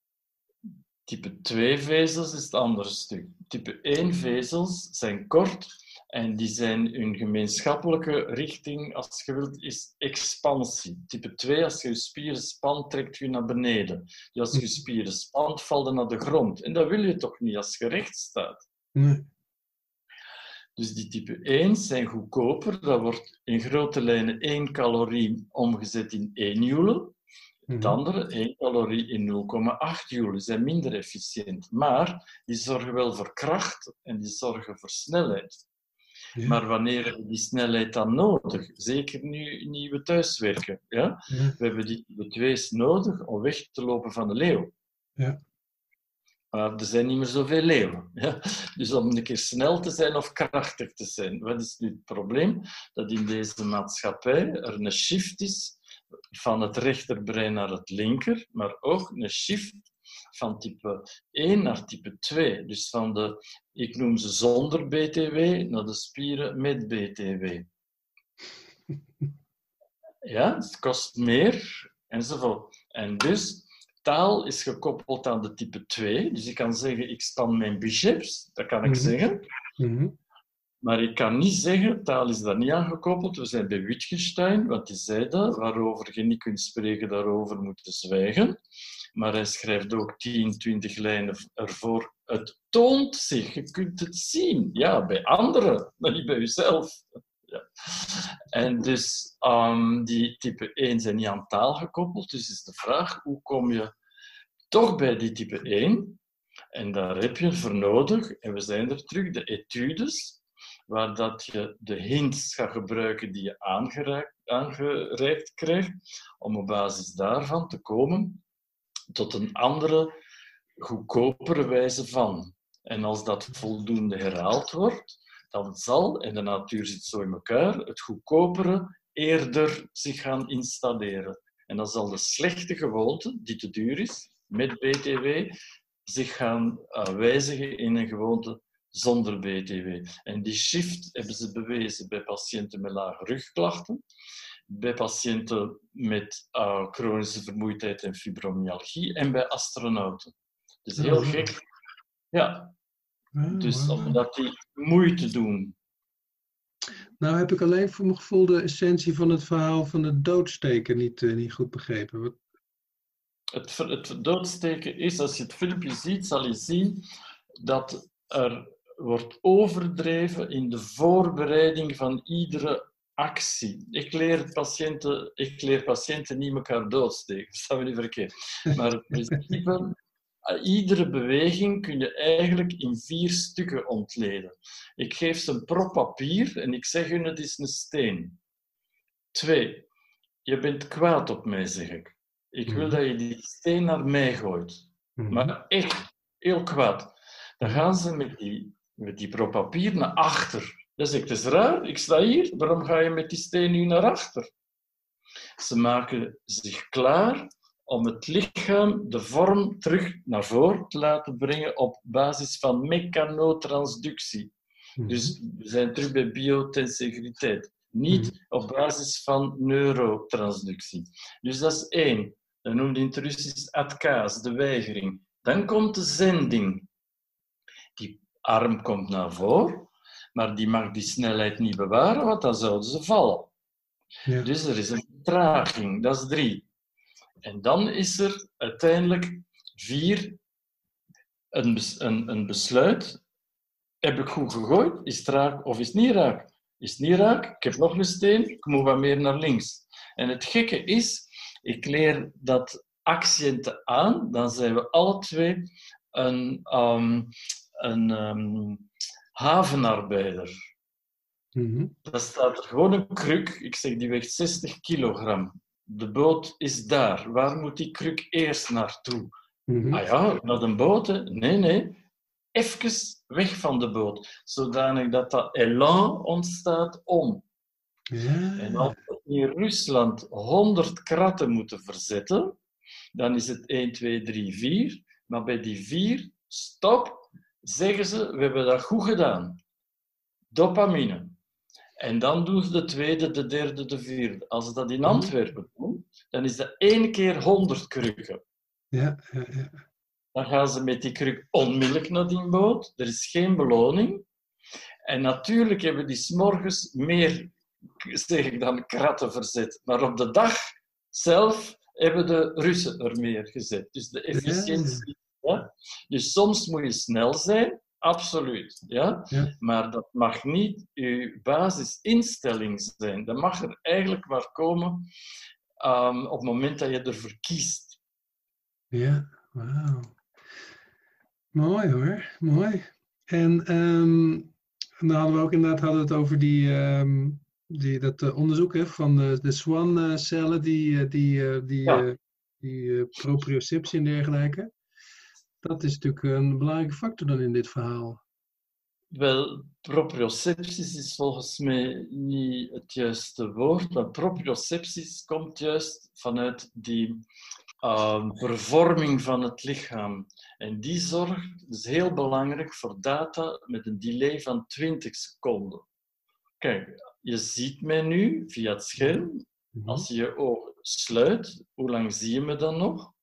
Type twee vezels is het andere stuk. Type één vezels zijn kort en die zijn hun gemeenschappelijke richting, als je wilt, is expansie. Type twee, als je je spieren spant, trekt je naar beneden. Dus als je je spieren spant, valt je naar de grond. En dat wil je toch niet als je recht staat?
Nee.
Dus die type één zijn goedkoper. Dat wordt in grote lijnen één calorie omgezet in één joule. Het andere, één calorie in nul komma acht joule. Die zijn minder efficiënt. Maar die zorgen wel voor kracht en die zorgen voor snelheid. Ja. Maar wanneer hebben we die snelheid dan nodig? Zeker nu, nu we thuiswerken. Ja? Ja. We hebben die type twee's nodig om weg te lopen van de leeuw.
Ja.
Maar er zijn niet meer zoveel leeuwen. Ja? Dus om een keer snel te zijn of krachtig te zijn. Wat is nu het probleem? Dat in deze maatschappij er een shift is van het rechterbrein naar het linker, maar ook een shift van type één naar type twee. Dus van de, ik noem ze zonder B T W, naar de spieren met B T W. Ja, het kost meer, enzovoort. En dus, taal is gekoppeld aan de type twee. Dus ik kan zeggen, ik span mijn biceps, dat kan ik mm-hmm. zeggen. Mm-hmm. Maar ik kan niet zeggen, taal is daar niet aan gekoppeld. We zijn bij Wittgenstein, want die zei dat, waarover je niet kunt spreken, daarover moet je zwijgen. Maar hij schrijft ook tien, twintig lijnen ervoor. Het toont zich, je kunt het zien. Ja, bij anderen, maar niet bij jezelf. Ja. En dus, um, die type één zijn niet aan taal gekoppeld. Dus is de vraag, hoe kom je toch bij die type één? En daar heb je voor nodig, en we zijn er terug, de etudes, waar dat je de hints gaat gebruiken die je aangereikt, aangereikt krijgt, om op basis daarvan te komen tot een andere, goedkopere wijze van. En als dat voldoende herhaald wordt, dan zal, en de natuur zit zo in elkaar, het goedkopere eerder zich gaan installeren. En dan zal de slechte gewoonte, die te duur is, met B T W, zich gaan uh, wijzigen in een gewoonte zonder B T W. En die shift hebben ze bewezen bij patiënten met lage rugklachten, bij patiënten met uh, chronische vermoeidheid en fibromyalgie en bij astronauten. Dus heel gek. Ja. Dus omdat die moeite doen.
Nou heb ik alleen voor mijn gevoel de essentie van het verhaal van het doodsteken niet, uh, niet goed begrepen. Wat...
Het, het doodsteken is, als je het filmpje ziet, zal je zien dat er wordt overdreven in de voorbereiding van iedere actie. Ik leer patiënten, ik leer patiënten niet elkaar doodsteken, dat staat me niet verkeerd. Maar het principe, iedere beweging kun je eigenlijk in vier stukken ontleden. Ik geef ze een prop papier en ik zeg hun, het is een steen. Twee, je bent kwaad op mij, zeg ik. Ik wil dat je die steen naar mij gooit. Maar echt, heel kwaad. Dan gaan ze met die, met die prop papier naar achter. Dan zeg ik, het is raar, ik sta hier, waarom ga je met die steen nu naar achter? Ze maken zich klaar om het lichaam, de vorm, terug naar voren te laten brengen op basis van mechanotransductie. Mm-hmm. Dus we zijn terug bij biotensegriteit. Niet mm-hmm. op basis van neurotransductie. Dus dat is één. Dat noemt in het Russisch atkaas, de weigering. Dan komt de zending. Die arm komt naar voren, maar die mag die snelheid niet bewaren, want dan zouden ze vallen. Ja. Dus er is een vertraging, dat is drie. En dan is er uiteindelijk vier, een, een, een besluit. Heb ik goed gegooid? Is het raak of is het niet raak? Is het niet raak? Ik heb nog een steen, ik moet wat meer naar links. En het gekke is, ik leer dat accenten aan, dan zijn we alle twee een, um, een um, havenarbeider. Mm-hmm. Dat staat er gewoon een kruk, ik zeg die weegt zestig kilogram. De boot is daar. Waar moet die kruk eerst naartoe? Mm-hmm. Ah ja, naar de boot? Hè? Nee, nee. Even weg van de boot. Zodanig dat dat elan ontstaat om. Ja. En als we in Rusland honderd kratten moeten verzetten, dan is het één, twee, drie, vier. Maar bij die vier, stop, zeggen ze, we hebben dat goed gedaan. Dopamine. En dan doen ze de tweede, de derde, de vierde. Als ze dat in Antwerpen doen, dan is dat één keer honderd krukken.
Ja, ja, ja.
Dan gaan ze met die kruk onmiddellijk naar die boot. Er is geen beloning. En natuurlijk hebben die 's morgens meer, zeg ik dan, kratten verzet. Maar op de dag zelf hebben de Russen er meer gezet. Dus de efficiëntie. Ja. Ja. Dus soms moet je snel zijn. Absoluut, ja?
Ja.
Maar dat mag niet uw basisinstelling zijn. Dat mag er eigenlijk maar komen um, op het moment dat je ervoor kiest.
Ja, wauw. Mooi hoor, mooi. En um, dan hadden we ook inderdaad hadden we het over die, um, die, dat uh, onderzoek hè, van de, de Swan-cellen, die, die, die,
Ja.
uh, die uh, proprioceptie en dergelijke. Dat is natuurlijk een belangrijke factor dan in dit verhaal.
Wel, propriocepties is volgens mij niet het juiste woord, maar propriocepties komt juist vanuit die uh, vervorming van het lichaam. En die zorgt, dat is heel belangrijk, voor data met een delay van twintig seconden. Kijk, je ziet mij nu via het scherm. Als je je ogen sluit, hoe lang zie je me dan nog?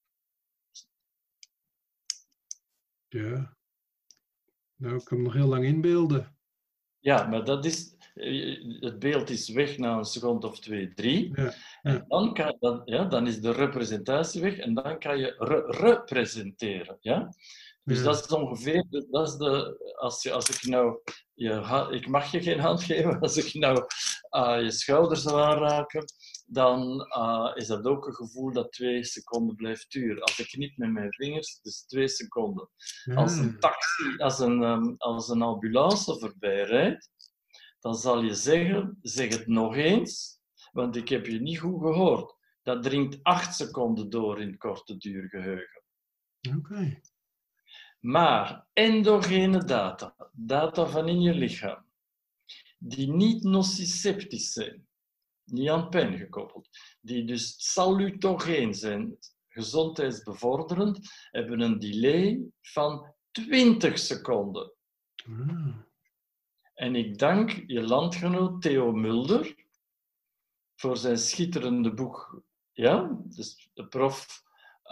Ja. Nou, ik kan me nog heel lang inbeelden.
Ja, maar dat is, het beeld is weg na een seconde of twee, drie.
Ja, ja.
En dan, kan, dan, ja, dan is de representatie weg en dan kan je re representeren. Ja? Dus
Ja.
dat is ongeveer, dat is de, als, je, als ik nou, je, ik mag je geen hand geven, als ik nou uh, je schouders zou aanraken, dan uh, is dat ook een gevoel dat twee seconden blijft duren. Als ik knip met mijn vingers, dus twee seconden.
Ja.
Als een taxi, als een, um, als een ambulance voorbij rijdt, dan zal je zeggen, zeg het nog eens, want ik heb je niet goed gehoord. Dat dringt acht seconden door in korte duurgeheugen.
Oké. Okay.
Maar endogene data, data van in je lichaam, die niet nociceptisch zijn, niet aan pijn gekoppeld, die dus salutogeen zijn, gezondheidsbevorderend, hebben een delay van twintig seconden.
Ah.
En ik dank je landgenoot Theo Mulder voor zijn schitterende boek. Ja, dus de prof,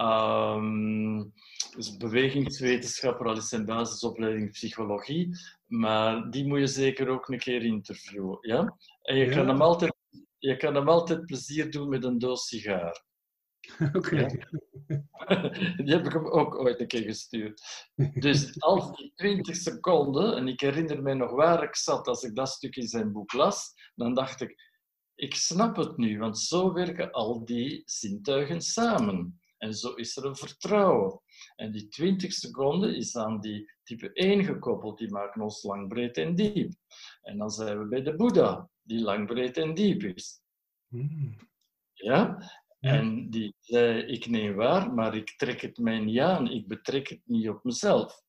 um, dus bewegingswetenschapper, al is zijn basisopleiding psychologie, maar die moet je zeker ook een keer interviewen. Ja? En je,
Ja.
kan hem altijd, je kan hem altijd plezier doen met een doos sigaar.
Oké. Okay.
Ja? Die heb ik hem ook ooit een keer gestuurd. Dus als die twintig seconden, en ik herinner me nog waar ik zat als ik dat stuk in zijn boek las, dan dacht ik, ik snap het nu, want zo werken al die zintuigen samen. En zo is er een vertrouwen. En die twintig seconden is aan die type één gekoppeld, die maken ons lang, breed en diep. En dan zijn we bij de Boeddha, die lang, breed en diep is.
Mm.
Ja?
Ja.
En die zei, ik neem waar, maar ik trek het mij niet aan. Ik betrek het niet op mezelf.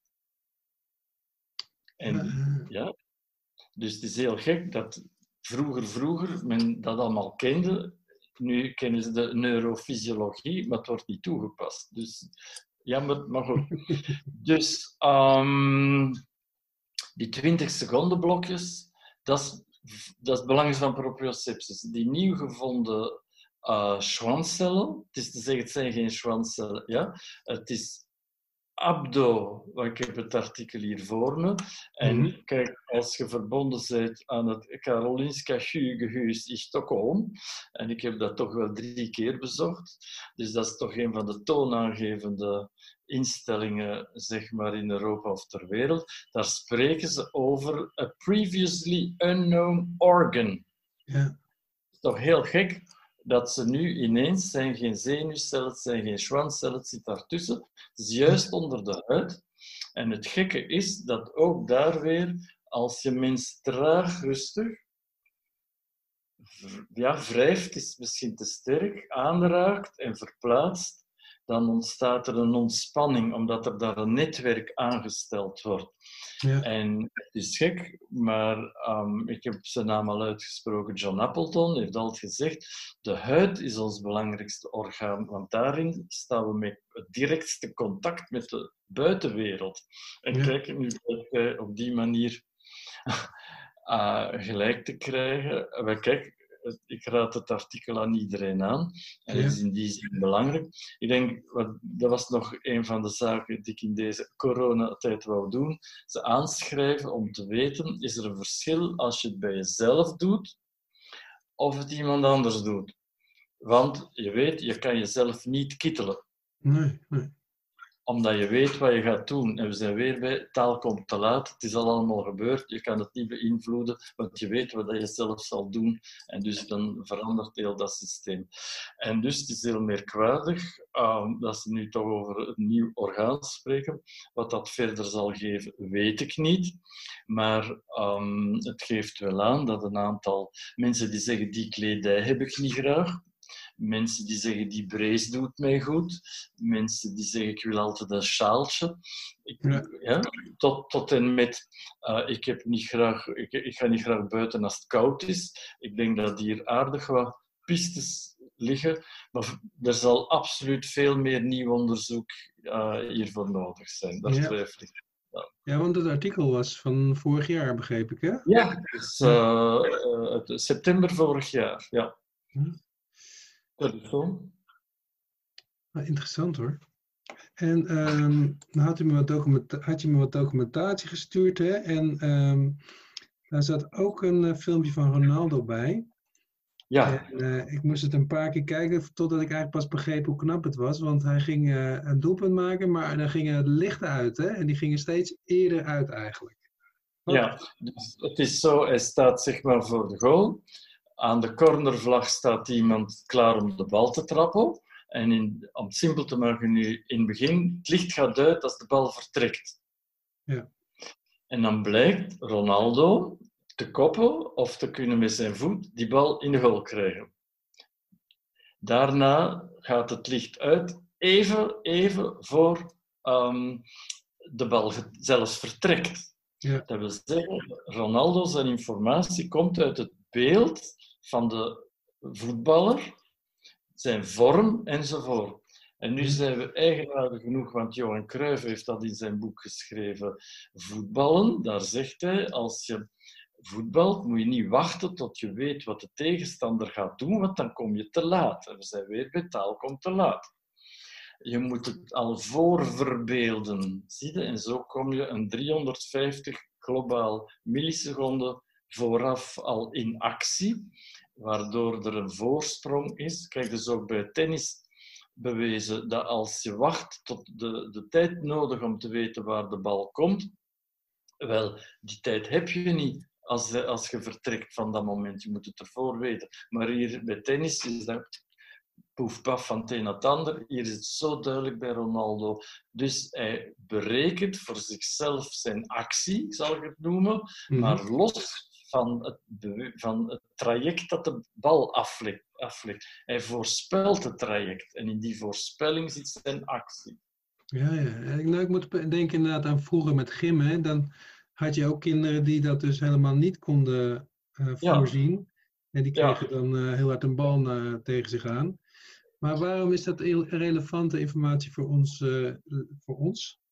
En
Uh.
ja, dus het is heel gek dat vroeger, vroeger men dat allemaal kende. Nu kennen ze de neurofysiologie, maar het wordt niet toegepast. Dus jammer, maar goed. Dus um, die twintig seconden blokjes, dat is, dat is het belangrijkste van propriocepties. Die nieuw gevonden uh, Schwann-cellen, het is te zeggen, het zijn geen Schwann-cellen, ja? Het is Abdo, want ik heb het artikel hier voor me. En
Mm-hmm.
kijk, als je verbonden bent aan het Karolinska Sjukhus in Stockholm, en ik heb dat toch wel drie keer bezocht, dus dat is toch een van de toonaangevende instellingen, zeg maar, in Europa of ter wereld, daar spreken ze over a previously unknown organ.
Ja.
Dat is toch heel gek dat ze nu ineens zijn geen zenuwcellen, het zijn geen Schwann-cellen, het zit daartussen. Het is juist onder de huid. En het gekke is dat ook daar weer, als je mens traag, rustig, ja, wrijft is misschien te sterk, aanraakt en verplaatst, dan ontstaat er een ontspanning, omdat er daar een netwerk aangesteld wordt.
Ja.
En het is gek, maar um, ik heb zijn naam al uitgesproken. John Appleton heeft altijd gezegd, de huid is ons belangrijkste orgaan, want daarin staan we met het directste contact met de buitenwereld. En
Ja.
kijk, nu uh, op die manier uh, gelijk te krijgen. Maar kijk, ik raad het artikel aan iedereen aan. En
Ja.
het is in die zin belangrijk. Ik denk, wat, dat was nog een van de zaken die ik in deze coronatijd wou doen. Ze aanschrijven om te weten, is er een verschil als je het bij jezelf doet of het iemand anders doet. Want je weet, je kan jezelf niet kittelen.
Nee, nee.
omdat je weet wat je gaat doen. En we zijn weer bij taal komt te laat. Het is al allemaal gebeurd. Je kan het niet beïnvloeden, want je weet wat je zelf zal doen. En dus dan verandert heel dat systeem. En dus het is heel merkwaardig um, dat ze nu toch over een nieuw orgaan spreken. Wat dat verder zal geven, weet ik niet. Maar um, het geeft wel aan dat een aantal mensen die zeggen die kledij heb ik niet graag. Mensen die zeggen, die brace doet mij goed. Mensen die zeggen, ik wil altijd een sjaaltje. Ik,
Ja.
Ja, tot, tot en met, uh, ik, heb niet graag, ik, ik ga niet graag buiten als het koud is. Ik denk dat hier aardig wat pistes liggen. Maar er zal absoluut veel meer nieuw onderzoek uh, hiervoor nodig zijn. Daar
Ja.
twijfel ik.
Ja, want het artikel was van vorig jaar, begreep ik, hè?
Ja, dus, uh, uh, het- september vorig jaar. Ja.
Hm.
Telefoon.
Ah, interessant hoor. En ehm, dan had, u me wat documenta- had je me wat documentatie gestuurd, hè? En ehm, daar zat ook een uh, filmpje van Ronaldo bij.
Ja.
En uh, ik moest het een paar keer kijken totdat ik eigenlijk pas begreep hoe knap het was. Want hij ging uh, een doelpunt maken, maar dan gingen de lichten uit, hè? En die gingen steeds eerder uit eigenlijk. Wat?
Ja, dus het is zo, hij staat zeg maar voor de goal. Aan de cornervlag staat iemand klaar om de bal te trappen. En in, om het simpel te maken nu, in het begin, het licht gaat uit als de bal vertrekt.
Ja.
En dan blijkt Ronaldo te koppen of te kunnen met zijn voet die bal in de goal krijgen. Daarna gaat het licht uit, even, even voor um, de bal zelfs vertrekt.
Ja.
Dat wil zeggen, Ronaldo zijn informatie komt uit het beeld van de voetballer, zijn vorm enzovoort. En nu zijn we eigenaardig genoeg, want Johan Cruijff heeft dat in zijn boek geschreven, voetballen. Daar zegt hij, als je voetbalt, moet je niet wachten tot je weet wat de tegenstander gaat doen, want dan kom je te laat. En we zijn weer bij taal komt te laat. Je moet het al voorverbeelden. Zie je? En zo kom je een driehonderdvijftig globaal milliseconden vooraf al in actie, waardoor er een voorsprong is. Kijk, dus ook bij tennis bewezen dat als je wacht tot de, de tijd nodig om te weten waar de bal komt, wel, die tijd heb je niet als, als je vertrekt van dat moment. Je moet het ervoor weten. Maar hier bij tennis is dat poef paf van het een naar het ander. Hier is het zo duidelijk bij Ronaldo. Dus hij berekent voor zichzelf zijn actie, zal ik het noemen,
Mm-hmm.
maar los van het, van het traject dat de bal aflegt, aflegt. Hij voorspelt het traject en in die voorspelling zit zijn actie.
Ja, ja. Nou, ik moet denken inderdaad aan vroeger met gym, hè. Dan had je ook kinderen die dat dus helemaal niet konden uh, voorzien. Ja. En die kregen ja. dan uh, heel hard een bal uh, tegen zich aan. Maar waarom is dat relevante informatie voor ons? Uh, voor ons?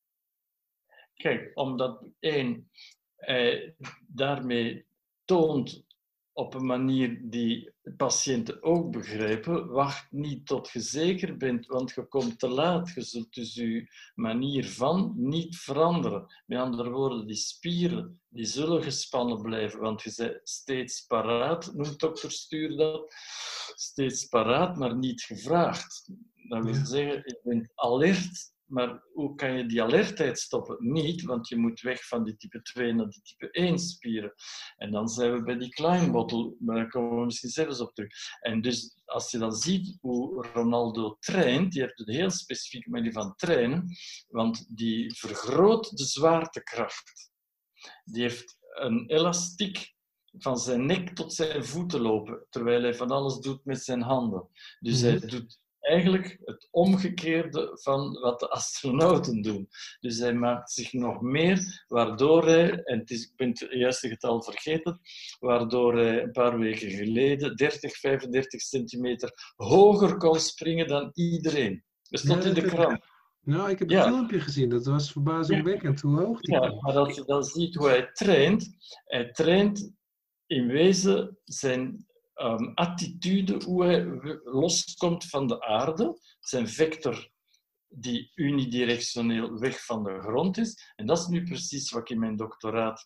Kijk, omdat één, hij daarmee toont op een manier die patiënten ook begrijpen, wacht niet tot je zeker bent, want je komt te laat. Je zult dus je manier van niet veranderen. Met andere woorden, die spieren die zullen gespannen blijven, want je bent steeds paraat, noemt dokter Stuur dat. Steeds paraat, maar niet gevraagd. Dat wil zeggen, je bent alert. Maar hoe kan je die alertheid stoppen? Niet, want je moet weg van die type twee naar die type één spieren. En dan zijn we bij die Kleinbottle, maar daar komen we misschien zelfs op terug. En dus als je dan ziet hoe Ronaldo traint, die heeft een heel specifieke manier van trainen, want die vergroot de zwaartekracht. Die heeft een elastiek van zijn nek tot zijn voeten lopen, terwijl hij van alles doet met zijn handen. Dus hij doet eigenlijk het omgekeerde van wat de astronauten doen. Dus hij maakt zich nog meer, waardoor hij, en het is, ik ben het juiste getal vergeten, waardoor hij een paar weken geleden dertig, vijfendertig centimeter hoger kon springen dan iedereen. Dat stond ja, in de krant.
Nou, ik heb een ja. filmpje gezien, dat was verbazingwekkend hoe hoog die
Ja,
kwam.
maar als je dan ziet hoe hij traint, hij traint in wezen zijn Um, attitude, hoe hij loskomt van de aarde, zijn vector die unidirectioneel weg van de grond is. En dat is nu precies wat ik in mijn doctoraat,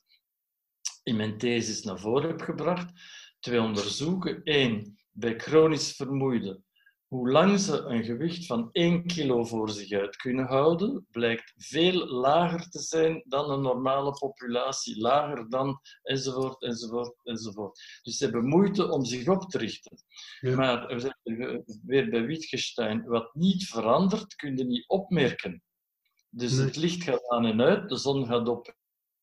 in mijn thesis naar voren heb gebracht. Twee onderzoeken. Eén, bij chronisch vermoeide. hoe lang ze een gewicht van één kilo voor zich uit kunnen houden, blijkt veel lager te zijn dan een normale populatie, lager dan enzovoort, enzovoort, enzovoort. Dus ze hebben moeite om zich op te richten.
Ja.
Maar we zijn weer bij Wittgenstein, wat niet verandert, kun je niet opmerken. Dus
Nee.
het licht gaat aan en uit, de zon gaat op.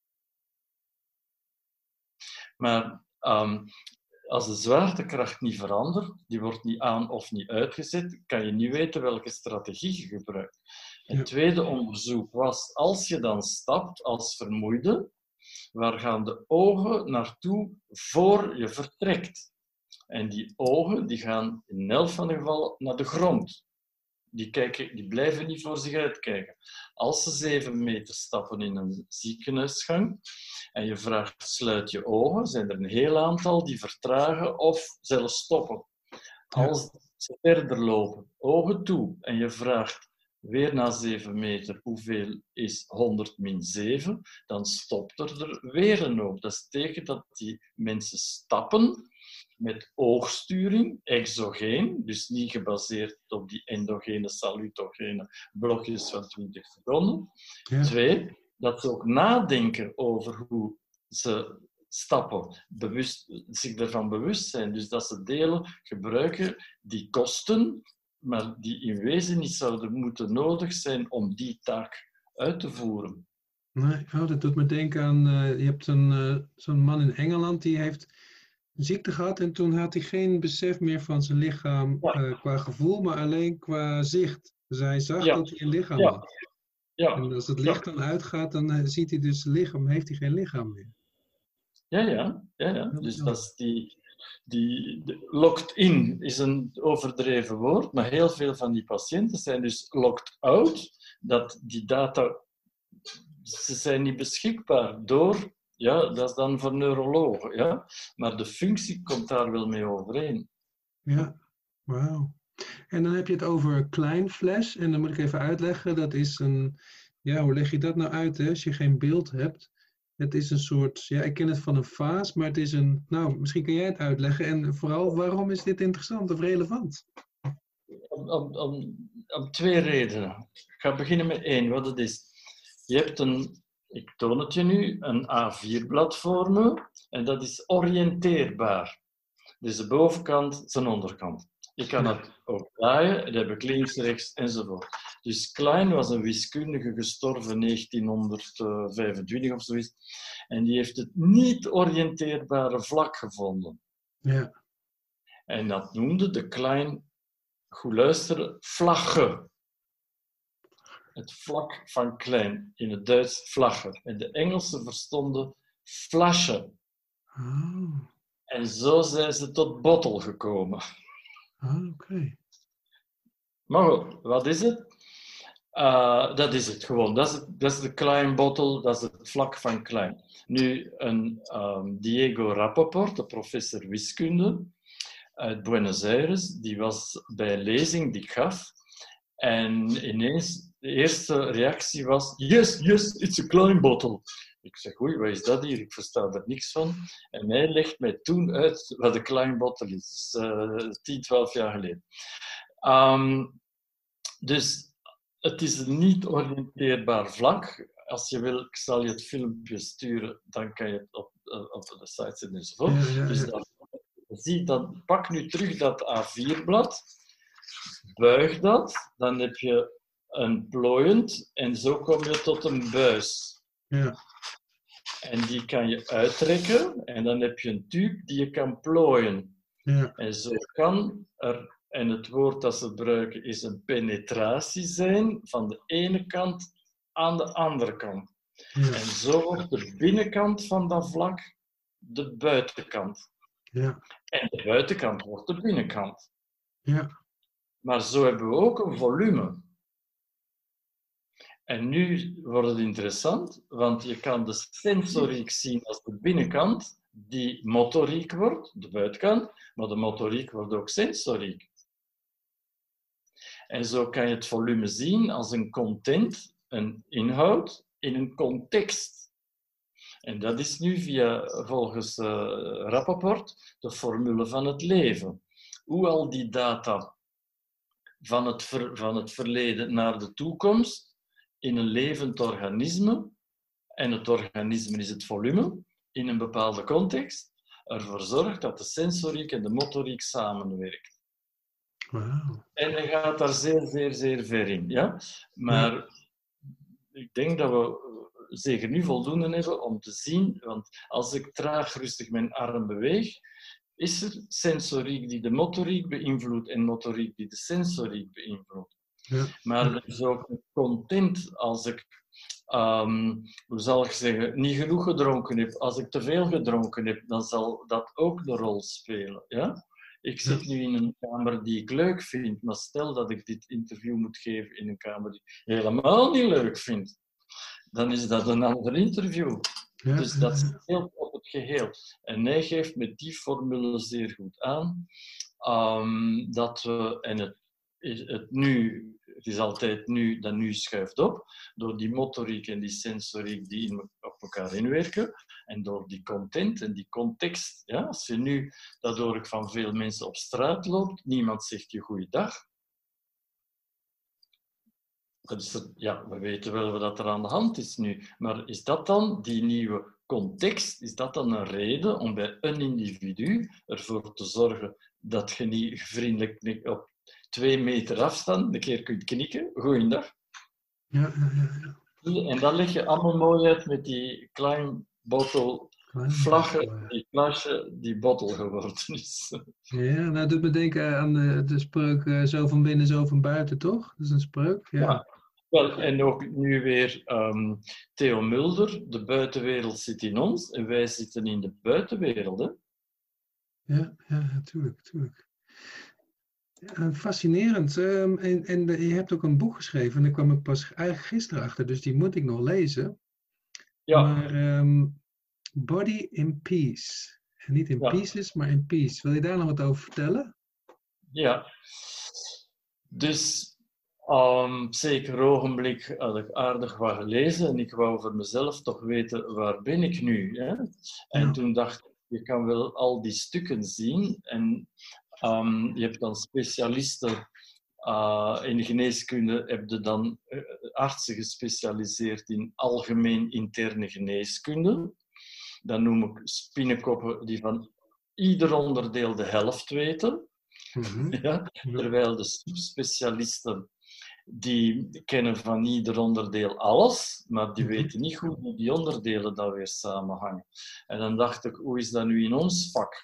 Maar um, als de zwaartekracht niet verandert, die wordt niet aan of niet uitgezet, kan je niet weten welke strategie je gebruikt. Het
Ja.
tweede onderzoek was, als je dan stapt als vermoeide, waar gaan de ogen naartoe voor je vertrekt? En die ogen die gaan in de helft van de gevallen naar de grond. Die, kijken, die blijven niet voor zich uitkijken. Als ze zeven meter stappen in een ziekenhuisgang en je vraagt, sluit je ogen, zijn er een heel aantal die vertragen of zelfs stoppen. Als ze verder lopen, ogen toe, en je vraagt weer na zeven meter, hoeveel is honderd min zeven, dan stopt er, er weer een oog. Dat betekent dat die mensen stappen met oogsturing, exogeen, dus niet gebaseerd op die endogene, salutogene blokjes van twintig seconden.
Ja.
Twee, dat ze ook nadenken over hoe ze stappen, bewust, zich ervan bewust zijn. Dus dat ze delen gebruiken die kosten, maar die in wezen niet zouden moeten nodig zijn om die taak uit te voeren.
Nee, oh, dat doet me denken aan, uh, je hebt een, uh, zo'n man in Engeland die heeft een ziekte gehad en toen had hij geen besef meer van zijn lichaam
Ja.
uh, qua gevoel, maar alleen qua zicht. Dus hij zag
Ja.
dat hij een lichaam
Ja.
had.
Ja.
En als het licht dan uitgaat, dan uh, ziet hij dus lichaam, heeft hij geen lichaam meer.
Ja, ja, ja, ja. Dus dat is die, die de, locked in is een overdreven woord, maar heel veel van die patiënten zijn dus locked out, dat die data, ze zijn niet beschikbaar door, ja, dat is dan voor neurologen, ja, maar de functie komt daar wel mee overeen.
Ja, wauw. En dan heb je het over klein flash, en dan moet ik even uitleggen, dat is een, ja, hoe leg je dat nou uit, hè, als je geen beeld hebt? Het is een soort, ja, ik ken het van een vaas, maar het is een, nou, misschien kun jij het uitleggen. En vooral, waarom is dit interessant of relevant?
Om, om, om, om twee redenen. Ik ga beginnen met één, wat het is. Je hebt een, ik toon het je nu, een A vier blad voor me, en dat is oriënteerbaar. Dus de bovenkant, zijn onderkant. Je kan het ook draaien, dat heb ik links, rechts enzovoort. Dus Klein was een wiskundige gestorven in negentienhonderdvijfentwintig of zoiets. En die heeft het niet oriënteerbare vlak gevonden.
Ja.
En dat noemde de Klein, goed luisteren, vlagge. Het vlak van Klein, in het Duits vlagge. En de Engelsen verstonden flasje.
Oh.
En zo zijn ze tot bottle gekomen.
Ah, oké. Okay.
Maar goed, wat is het? Uh, dat is het gewoon. Dat is, het, dat is de Klein bottle, dat is het vlak van Klein. Nu, een um, Diego Rapoport, de professor wiskunde uit Buenos Aires, die was bij een lezing die ik gaf. En ineens, de eerste reactie was, yes, yes, it's a Klein bottle. Ik zeg, oei, wat is dat hier? Ik versta er niks van. En hij legt mij toen uit wat een Klein bottle is. Uh, tien, twaalf jaar geleden. Um, dus het is een niet oriënteerbaar vlak. Als je wil, ik zal je het filmpje sturen, dan kan je het op, op de site zetten enzovoort.
Ja, ja, ja.
Dus dan, zie, dan pak nu terug dat A vier blad, buig dat, dan heb je een plooiend en zo kom je tot een buis.
Ja.
En die kan je uittrekken en dan heb je een tube die je kan plooien.
Ja.
En zo kan er, en het woord dat ze gebruiken is een penetratie zijn, van de ene kant aan de andere kant.
Ja.
En zo wordt de binnenkant van dat vlak de buitenkant.
Ja.
En de buitenkant wordt de binnenkant.
Ja.
Maar zo hebben we ook een volume. En nu wordt het interessant, want je kan de sensoriek zien als de binnenkant, die motoriek wordt, de buitenkant, maar de motoriek wordt ook sensoriek. En zo kan je het volume zien als een content, een inhoud, in een context. En dat is nu via, volgens uh, Rapoport, de formule van het leven. Hoe al die data van het, ver, van het verleden naar de toekomst in een levend organisme, en het organisme is het volume, in een bepaalde context, ervoor zorgt dat de sensoriek en de motoriek samenwerken.
Wauw.
En hij gaat daar zeer, zeer, zeer ver in. Ja? Maar ja. Ik denk dat we zeker nu voldoende hebben om te zien, want als ik traag rustig mijn arm beweeg, is er sensoriek die de motoriek beïnvloedt en motoriek die de sensoriek beïnvloedt. Ja. Maar er is ook een content als ik, um, hoe zal ik zeggen, niet genoeg gedronken heb. Als ik te veel gedronken heb, dan zal dat ook de rol spelen. Ja? Ik zit nu in een kamer die ik leuk vind, maar stel dat ik dit interview moet geven in een kamer die ik helemaal niet leuk vind, dan is dat een ander interview. Ja, dus dat speelt op het geheel. En hij geeft met die formule zeer goed aan um, dat we, en het, het nu, het is altijd nu, dat nu schuift op, door die motoriek en die sensoriek die in, op elkaar inwerken, en door die content en die context. Ja, als je nu, dat hoor ik van veel mensen, op straat loopt, niemand zegt je goeiedag. Dus, ja, we weten wel wat er aan de hand is nu, maar is dat dan, die nieuwe context, is dat dan een reden om bij een individu ervoor te zorgen dat je niet vriendelijk op twee meter afstand een keer kunt knikken? Goeiedag.
Ja, ja, ja, ja.
En dat leg je allemaal mooi uit met die klein bottle vlaggen, die plasje, die bottle geworden is.
Ja, nou doet me denken aan de, de spreuk uh, zo van binnen, zo van buiten, toch? Dat is een spreuk, ja.
ja. Wel, en ook nu weer um, Theo Mulder, de buitenwereld zit in ons en wij zitten in de buitenwereld. Hè?
Ja, ja, natuurlijk, natuurlijk. Ja, fascinerend. Um, en, en de, je hebt ook een boek geschreven en daar kwam ik pas eigenlijk gisteren achter, dus die moet ik nog lezen. Ja. Maar um, Body in Peace. En niet in ja. pieces, maar in peace. Wil je daar nog wat over vertellen?
Ja. Dus... Um, op zeker ogenblik had ik aardig wat gelezen en ik wou voor mezelf toch weten, waar ben ik nu? Hè? En ja. Toen dacht ik, je kan wel al die stukken zien en um, je hebt dan specialisten uh, in geneeskunde, heb je dan uh, artsen gespecialiseerd in algemeen interne geneeskunde. Dan noem ik spinnenkoppen die van ieder onderdeel de helft weten. Mm-hmm. Ja? Terwijl de subspecialisten die kennen van ieder onderdeel alles, maar die weten niet goed hoe die onderdelen dan weer samenhangen. En dan dacht ik, hoe is dat nu in ons vak?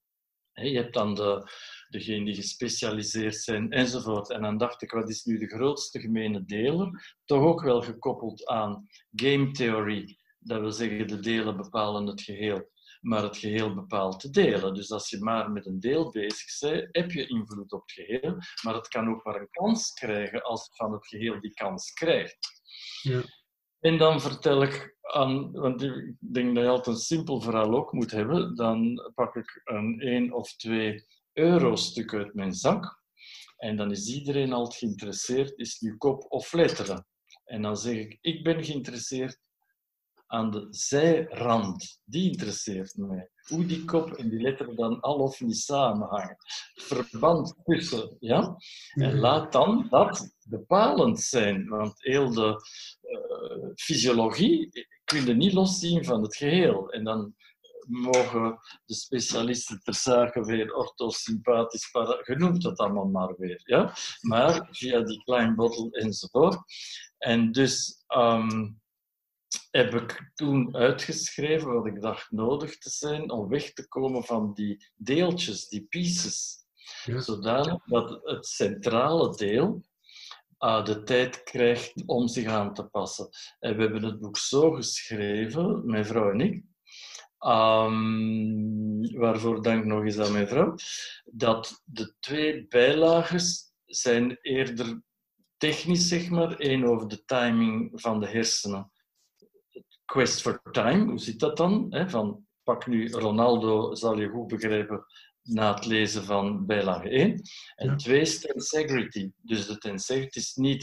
Je hebt dan de, degenen die gespecialiseerd zijn, enzovoort. En dan dacht ik, wat is nu de grootste gemene deler? Toch ook wel gekoppeld aan game theory. Dat wil zeggen, de delen bepalen het geheel, maar het geheel bepaalt de delen. Dus als je maar met een deel bezig bent, heb je invloed op het geheel, maar het kan ook maar een kans krijgen als het van het geheel die kans krijgt. Ja. En dan vertel ik aan, want ik denk dat je altijd een simpel verhaal ook moet hebben, dan pak ik een één of twee euro stuk uit mijn zak en dan is iedereen altijd geïnteresseerd, is het nu kop of letteren? En dan zeg ik, ik ben geïnteresseerd aan de zijrand. Die interesseert mij. Hoe die kop en die letter dan al of niet samenhangen. Verband tussen, ja? En laat dan dat bepalend zijn. Want heel de uh, fysiologie kun je niet loszien van het geheel. En dan mogen de specialisten ter zake weer orthosympathisch, para, genoemd dat allemaal maar weer. Ja? Maar via die klein bottle enzovoort. En dus... Um, heb ik toen uitgeschreven wat ik dacht nodig te zijn om weg te komen van die deeltjes, die pieces. Ja. Zodanig dat het centrale deel uh, de tijd krijgt om zich aan te passen. En we hebben het boek zo geschreven, mijn vrouw en ik, um, waarvoor dank nog eens aan mijn vrouw, dat de twee bijlagen zijn eerder technisch, zeg maar, één over de timing van de hersenen. Quest for time, hoe zit dat dan? He, van, pak nu Ronaldo, zal je goed begrijpen, na het lezen van bijlage één. En ja. twee is tensegrity. Dus de tensegrity is niet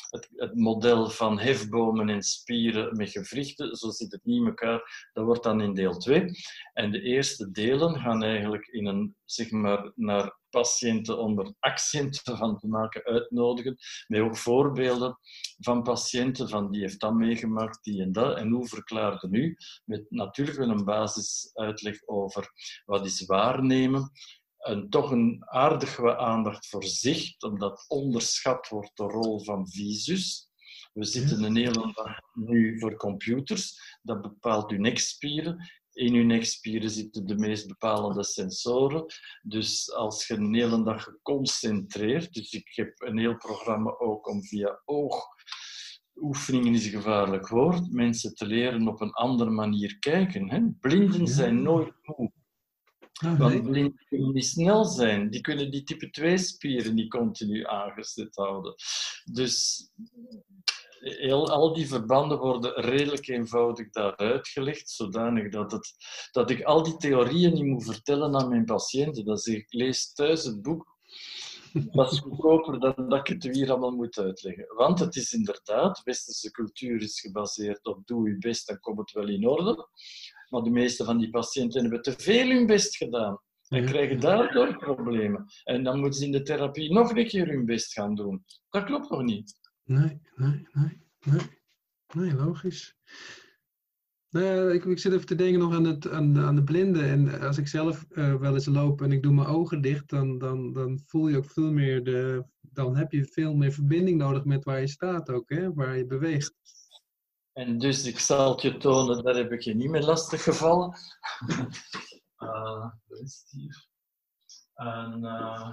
het, het model van hefbomen en spieren met gewrichten. Zo zit het niet in elkaar. Dat wordt dan in deel twee. En de eerste delen gaan eigenlijk in een, zeg maar, naar patiënten om er accenten van te maken, uitnodigen. Met ook voorbeelden van patiënten, van die heeft dat meegemaakt, die en dat. En hoe verklaarde nu? Met natuurlijk wel een basisuitleg over wat is waarnemen. En toch een aardig wat aandacht voor zicht, omdat onderschat wordt de rol van visus. We zitten een hele dag nu voor computers. Dat bepaalt uw nekspieren. In uw nekspieren zitten de meest bepalende sensoren. Dus als je een hele dag geconcentreerd, dus ik heb een heel programma ook om via oogoefeningen is een gevaarlijk woord, mensen te leren op een andere manier kijken. Hè? Blinden zijn nooit moe.
Oh,
Want
nee.
blinden kunnen niet snel zijn. Die kunnen die type twee spieren niet continu aangezet houden. Dus heel, al die verbanden worden redelijk eenvoudig daar uitgelegd, zodanig dat, het, dat ik al die theorieën niet moet vertellen aan mijn patiënten. Dat zeg ik, lees thuis het boek. Dat is goedkoper dan dat ik het hier allemaal moet uitleggen. Want het is inderdaad, westerse cultuur is gebaseerd op doe je best, dan komt het wel in orde. Maar de meeste van die patiënten hebben te veel hun best gedaan. En krijgen daardoor problemen. En dan moeten ze in de therapie nog een keer hun best gaan doen. Dat klopt nog niet.
Nee, nee, nee, nee. Nee, logisch. Nou, ik, ik zit even te denken nog aan, het, aan, de, aan de blinden. En als ik zelf uh, wel eens loop en ik doe mijn ogen dicht, dan, dan, dan voel je ook veel meer de... Dan heb je veel meer verbinding nodig met waar je staat ook, hè? Waar je beweegt.
En dus ik zal het je tonen, daar heb ik je niet mee lastig gevallen. Uh, wat is het hier? En, uh,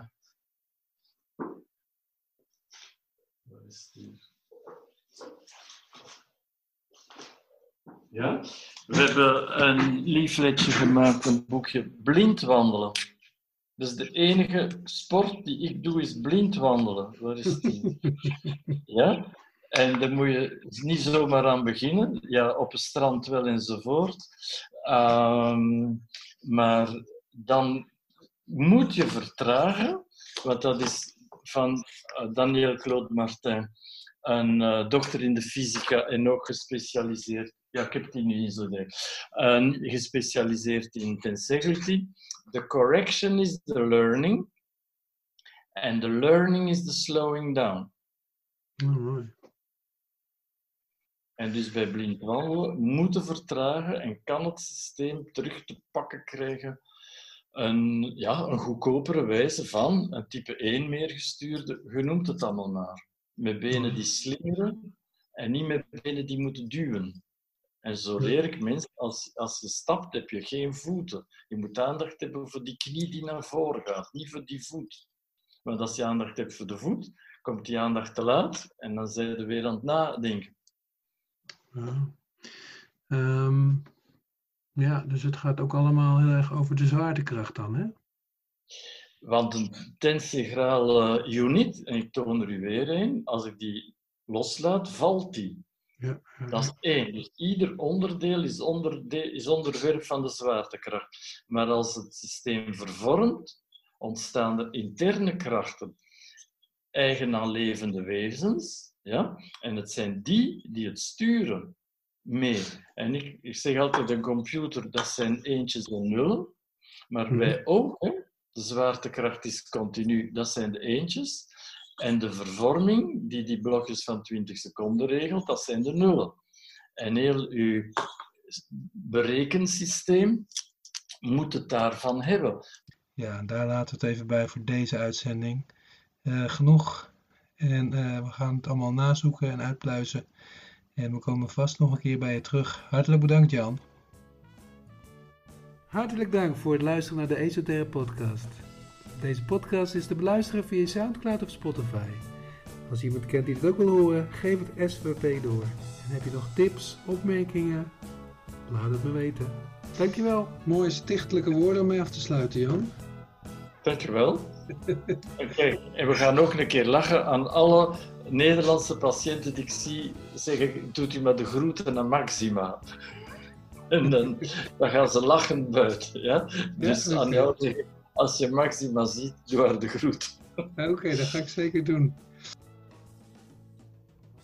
wat is het hier? Ja? We hebben een leafletje gemaakt, een boekje blind wandelen. Dus de enige sport die ik doe is blind wandelen. Waar is die? Ja? En daar moet je niet zomaar aan beginnen. Ja, op het strand wel enzovoort. Um, maar dan moet je vertragen, want dat is van Daniel Claude Martin, een uh, dokter in de fysica en ook gespecialiseerd. Ja, ik heb die nu niet zo direct. Uh, gespecialiseerd in tensegrity. The correction is the learning, and the learning is the slowing down.
Alright.
En dus bij blind wandelen moeten vertragen en kan het systeem terug te pakken krijgen een, ja, een goedkopere wijze van een type één meergestuurde, je noemt het allemaal maar. Met benen die slingeren en niet met benen die moeten duwen. En zo leer ik mensen, als, als je stapt heb je geen voeten. Je moet aandacht hebben voor die knie die naar voren gaat, niet voor die voet. Want als je aandacht hebt voor de voet, komt die aandacht te laat en dan zijn je weer aan het nadenken.
Ja. Um, ja, dus het gaat ook allemaal heel erg over de zwaartekracht dan, hè?
Want een tensegrale unit, en ik toon er u weer een, als ik die loslaat, valt die.
Ja, ja.
Dat is één. Dus ieder onderdeel is, onderde- is onderwerp van de zwaartekracht. Maar als het systeem vervormt, ontstaan er interne krachten, eigen aan levende wezens. Ja? En het zijn die die het sturen mee. En ik, ik zeg altijd, een computer, dat zijn eentjes en nullen. Maar
Mhm.
wij ook, hè? De zwaartekracht is continu, dat zijn de eentjes. En de vervorming, die die blokjes van twintig seconden regelt, dat zijn de nullen. En heel uw berekensysteem moet het daarvan hebben.
Ja, daar laten we het even bij voor deze uitzending. Uh, genoeg. En uh, we gaan het allemaal nazoeken en uitpluizen. En we komen vast nog een keer bij je terug. Hartelijk bedankt, Jan. Hartelijk dank voor het luisteren naar de Esoterra podcast. Deze podcast is te beluisteren via Soundcloud of Spotify. Als je iemand kent die het ook wil horen, geef het S V P door. En heb je nog tips, opmerkingen? Laat het me weten. Dankjewel. Mooie stichtelijke woorden om mee af te sluiten, Jan.
Dankjewel. Okay. En we gaan ook een keer lachen aan alle Nederlandse patiënten die ik zie zeggen, doet u maar de groeten aan Maxima. En dan, dan gaan ze lachen buiten. Ja? Dus ja, okay. Aan jou zeggen, als je Maxima ziet, doe haar de groet.
Oké, okay, dat ga ik zeker doen.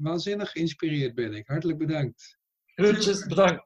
waanzinnig geïnspireerd ben ik. Hartelijk bedankt.
Groetjes, bedankt.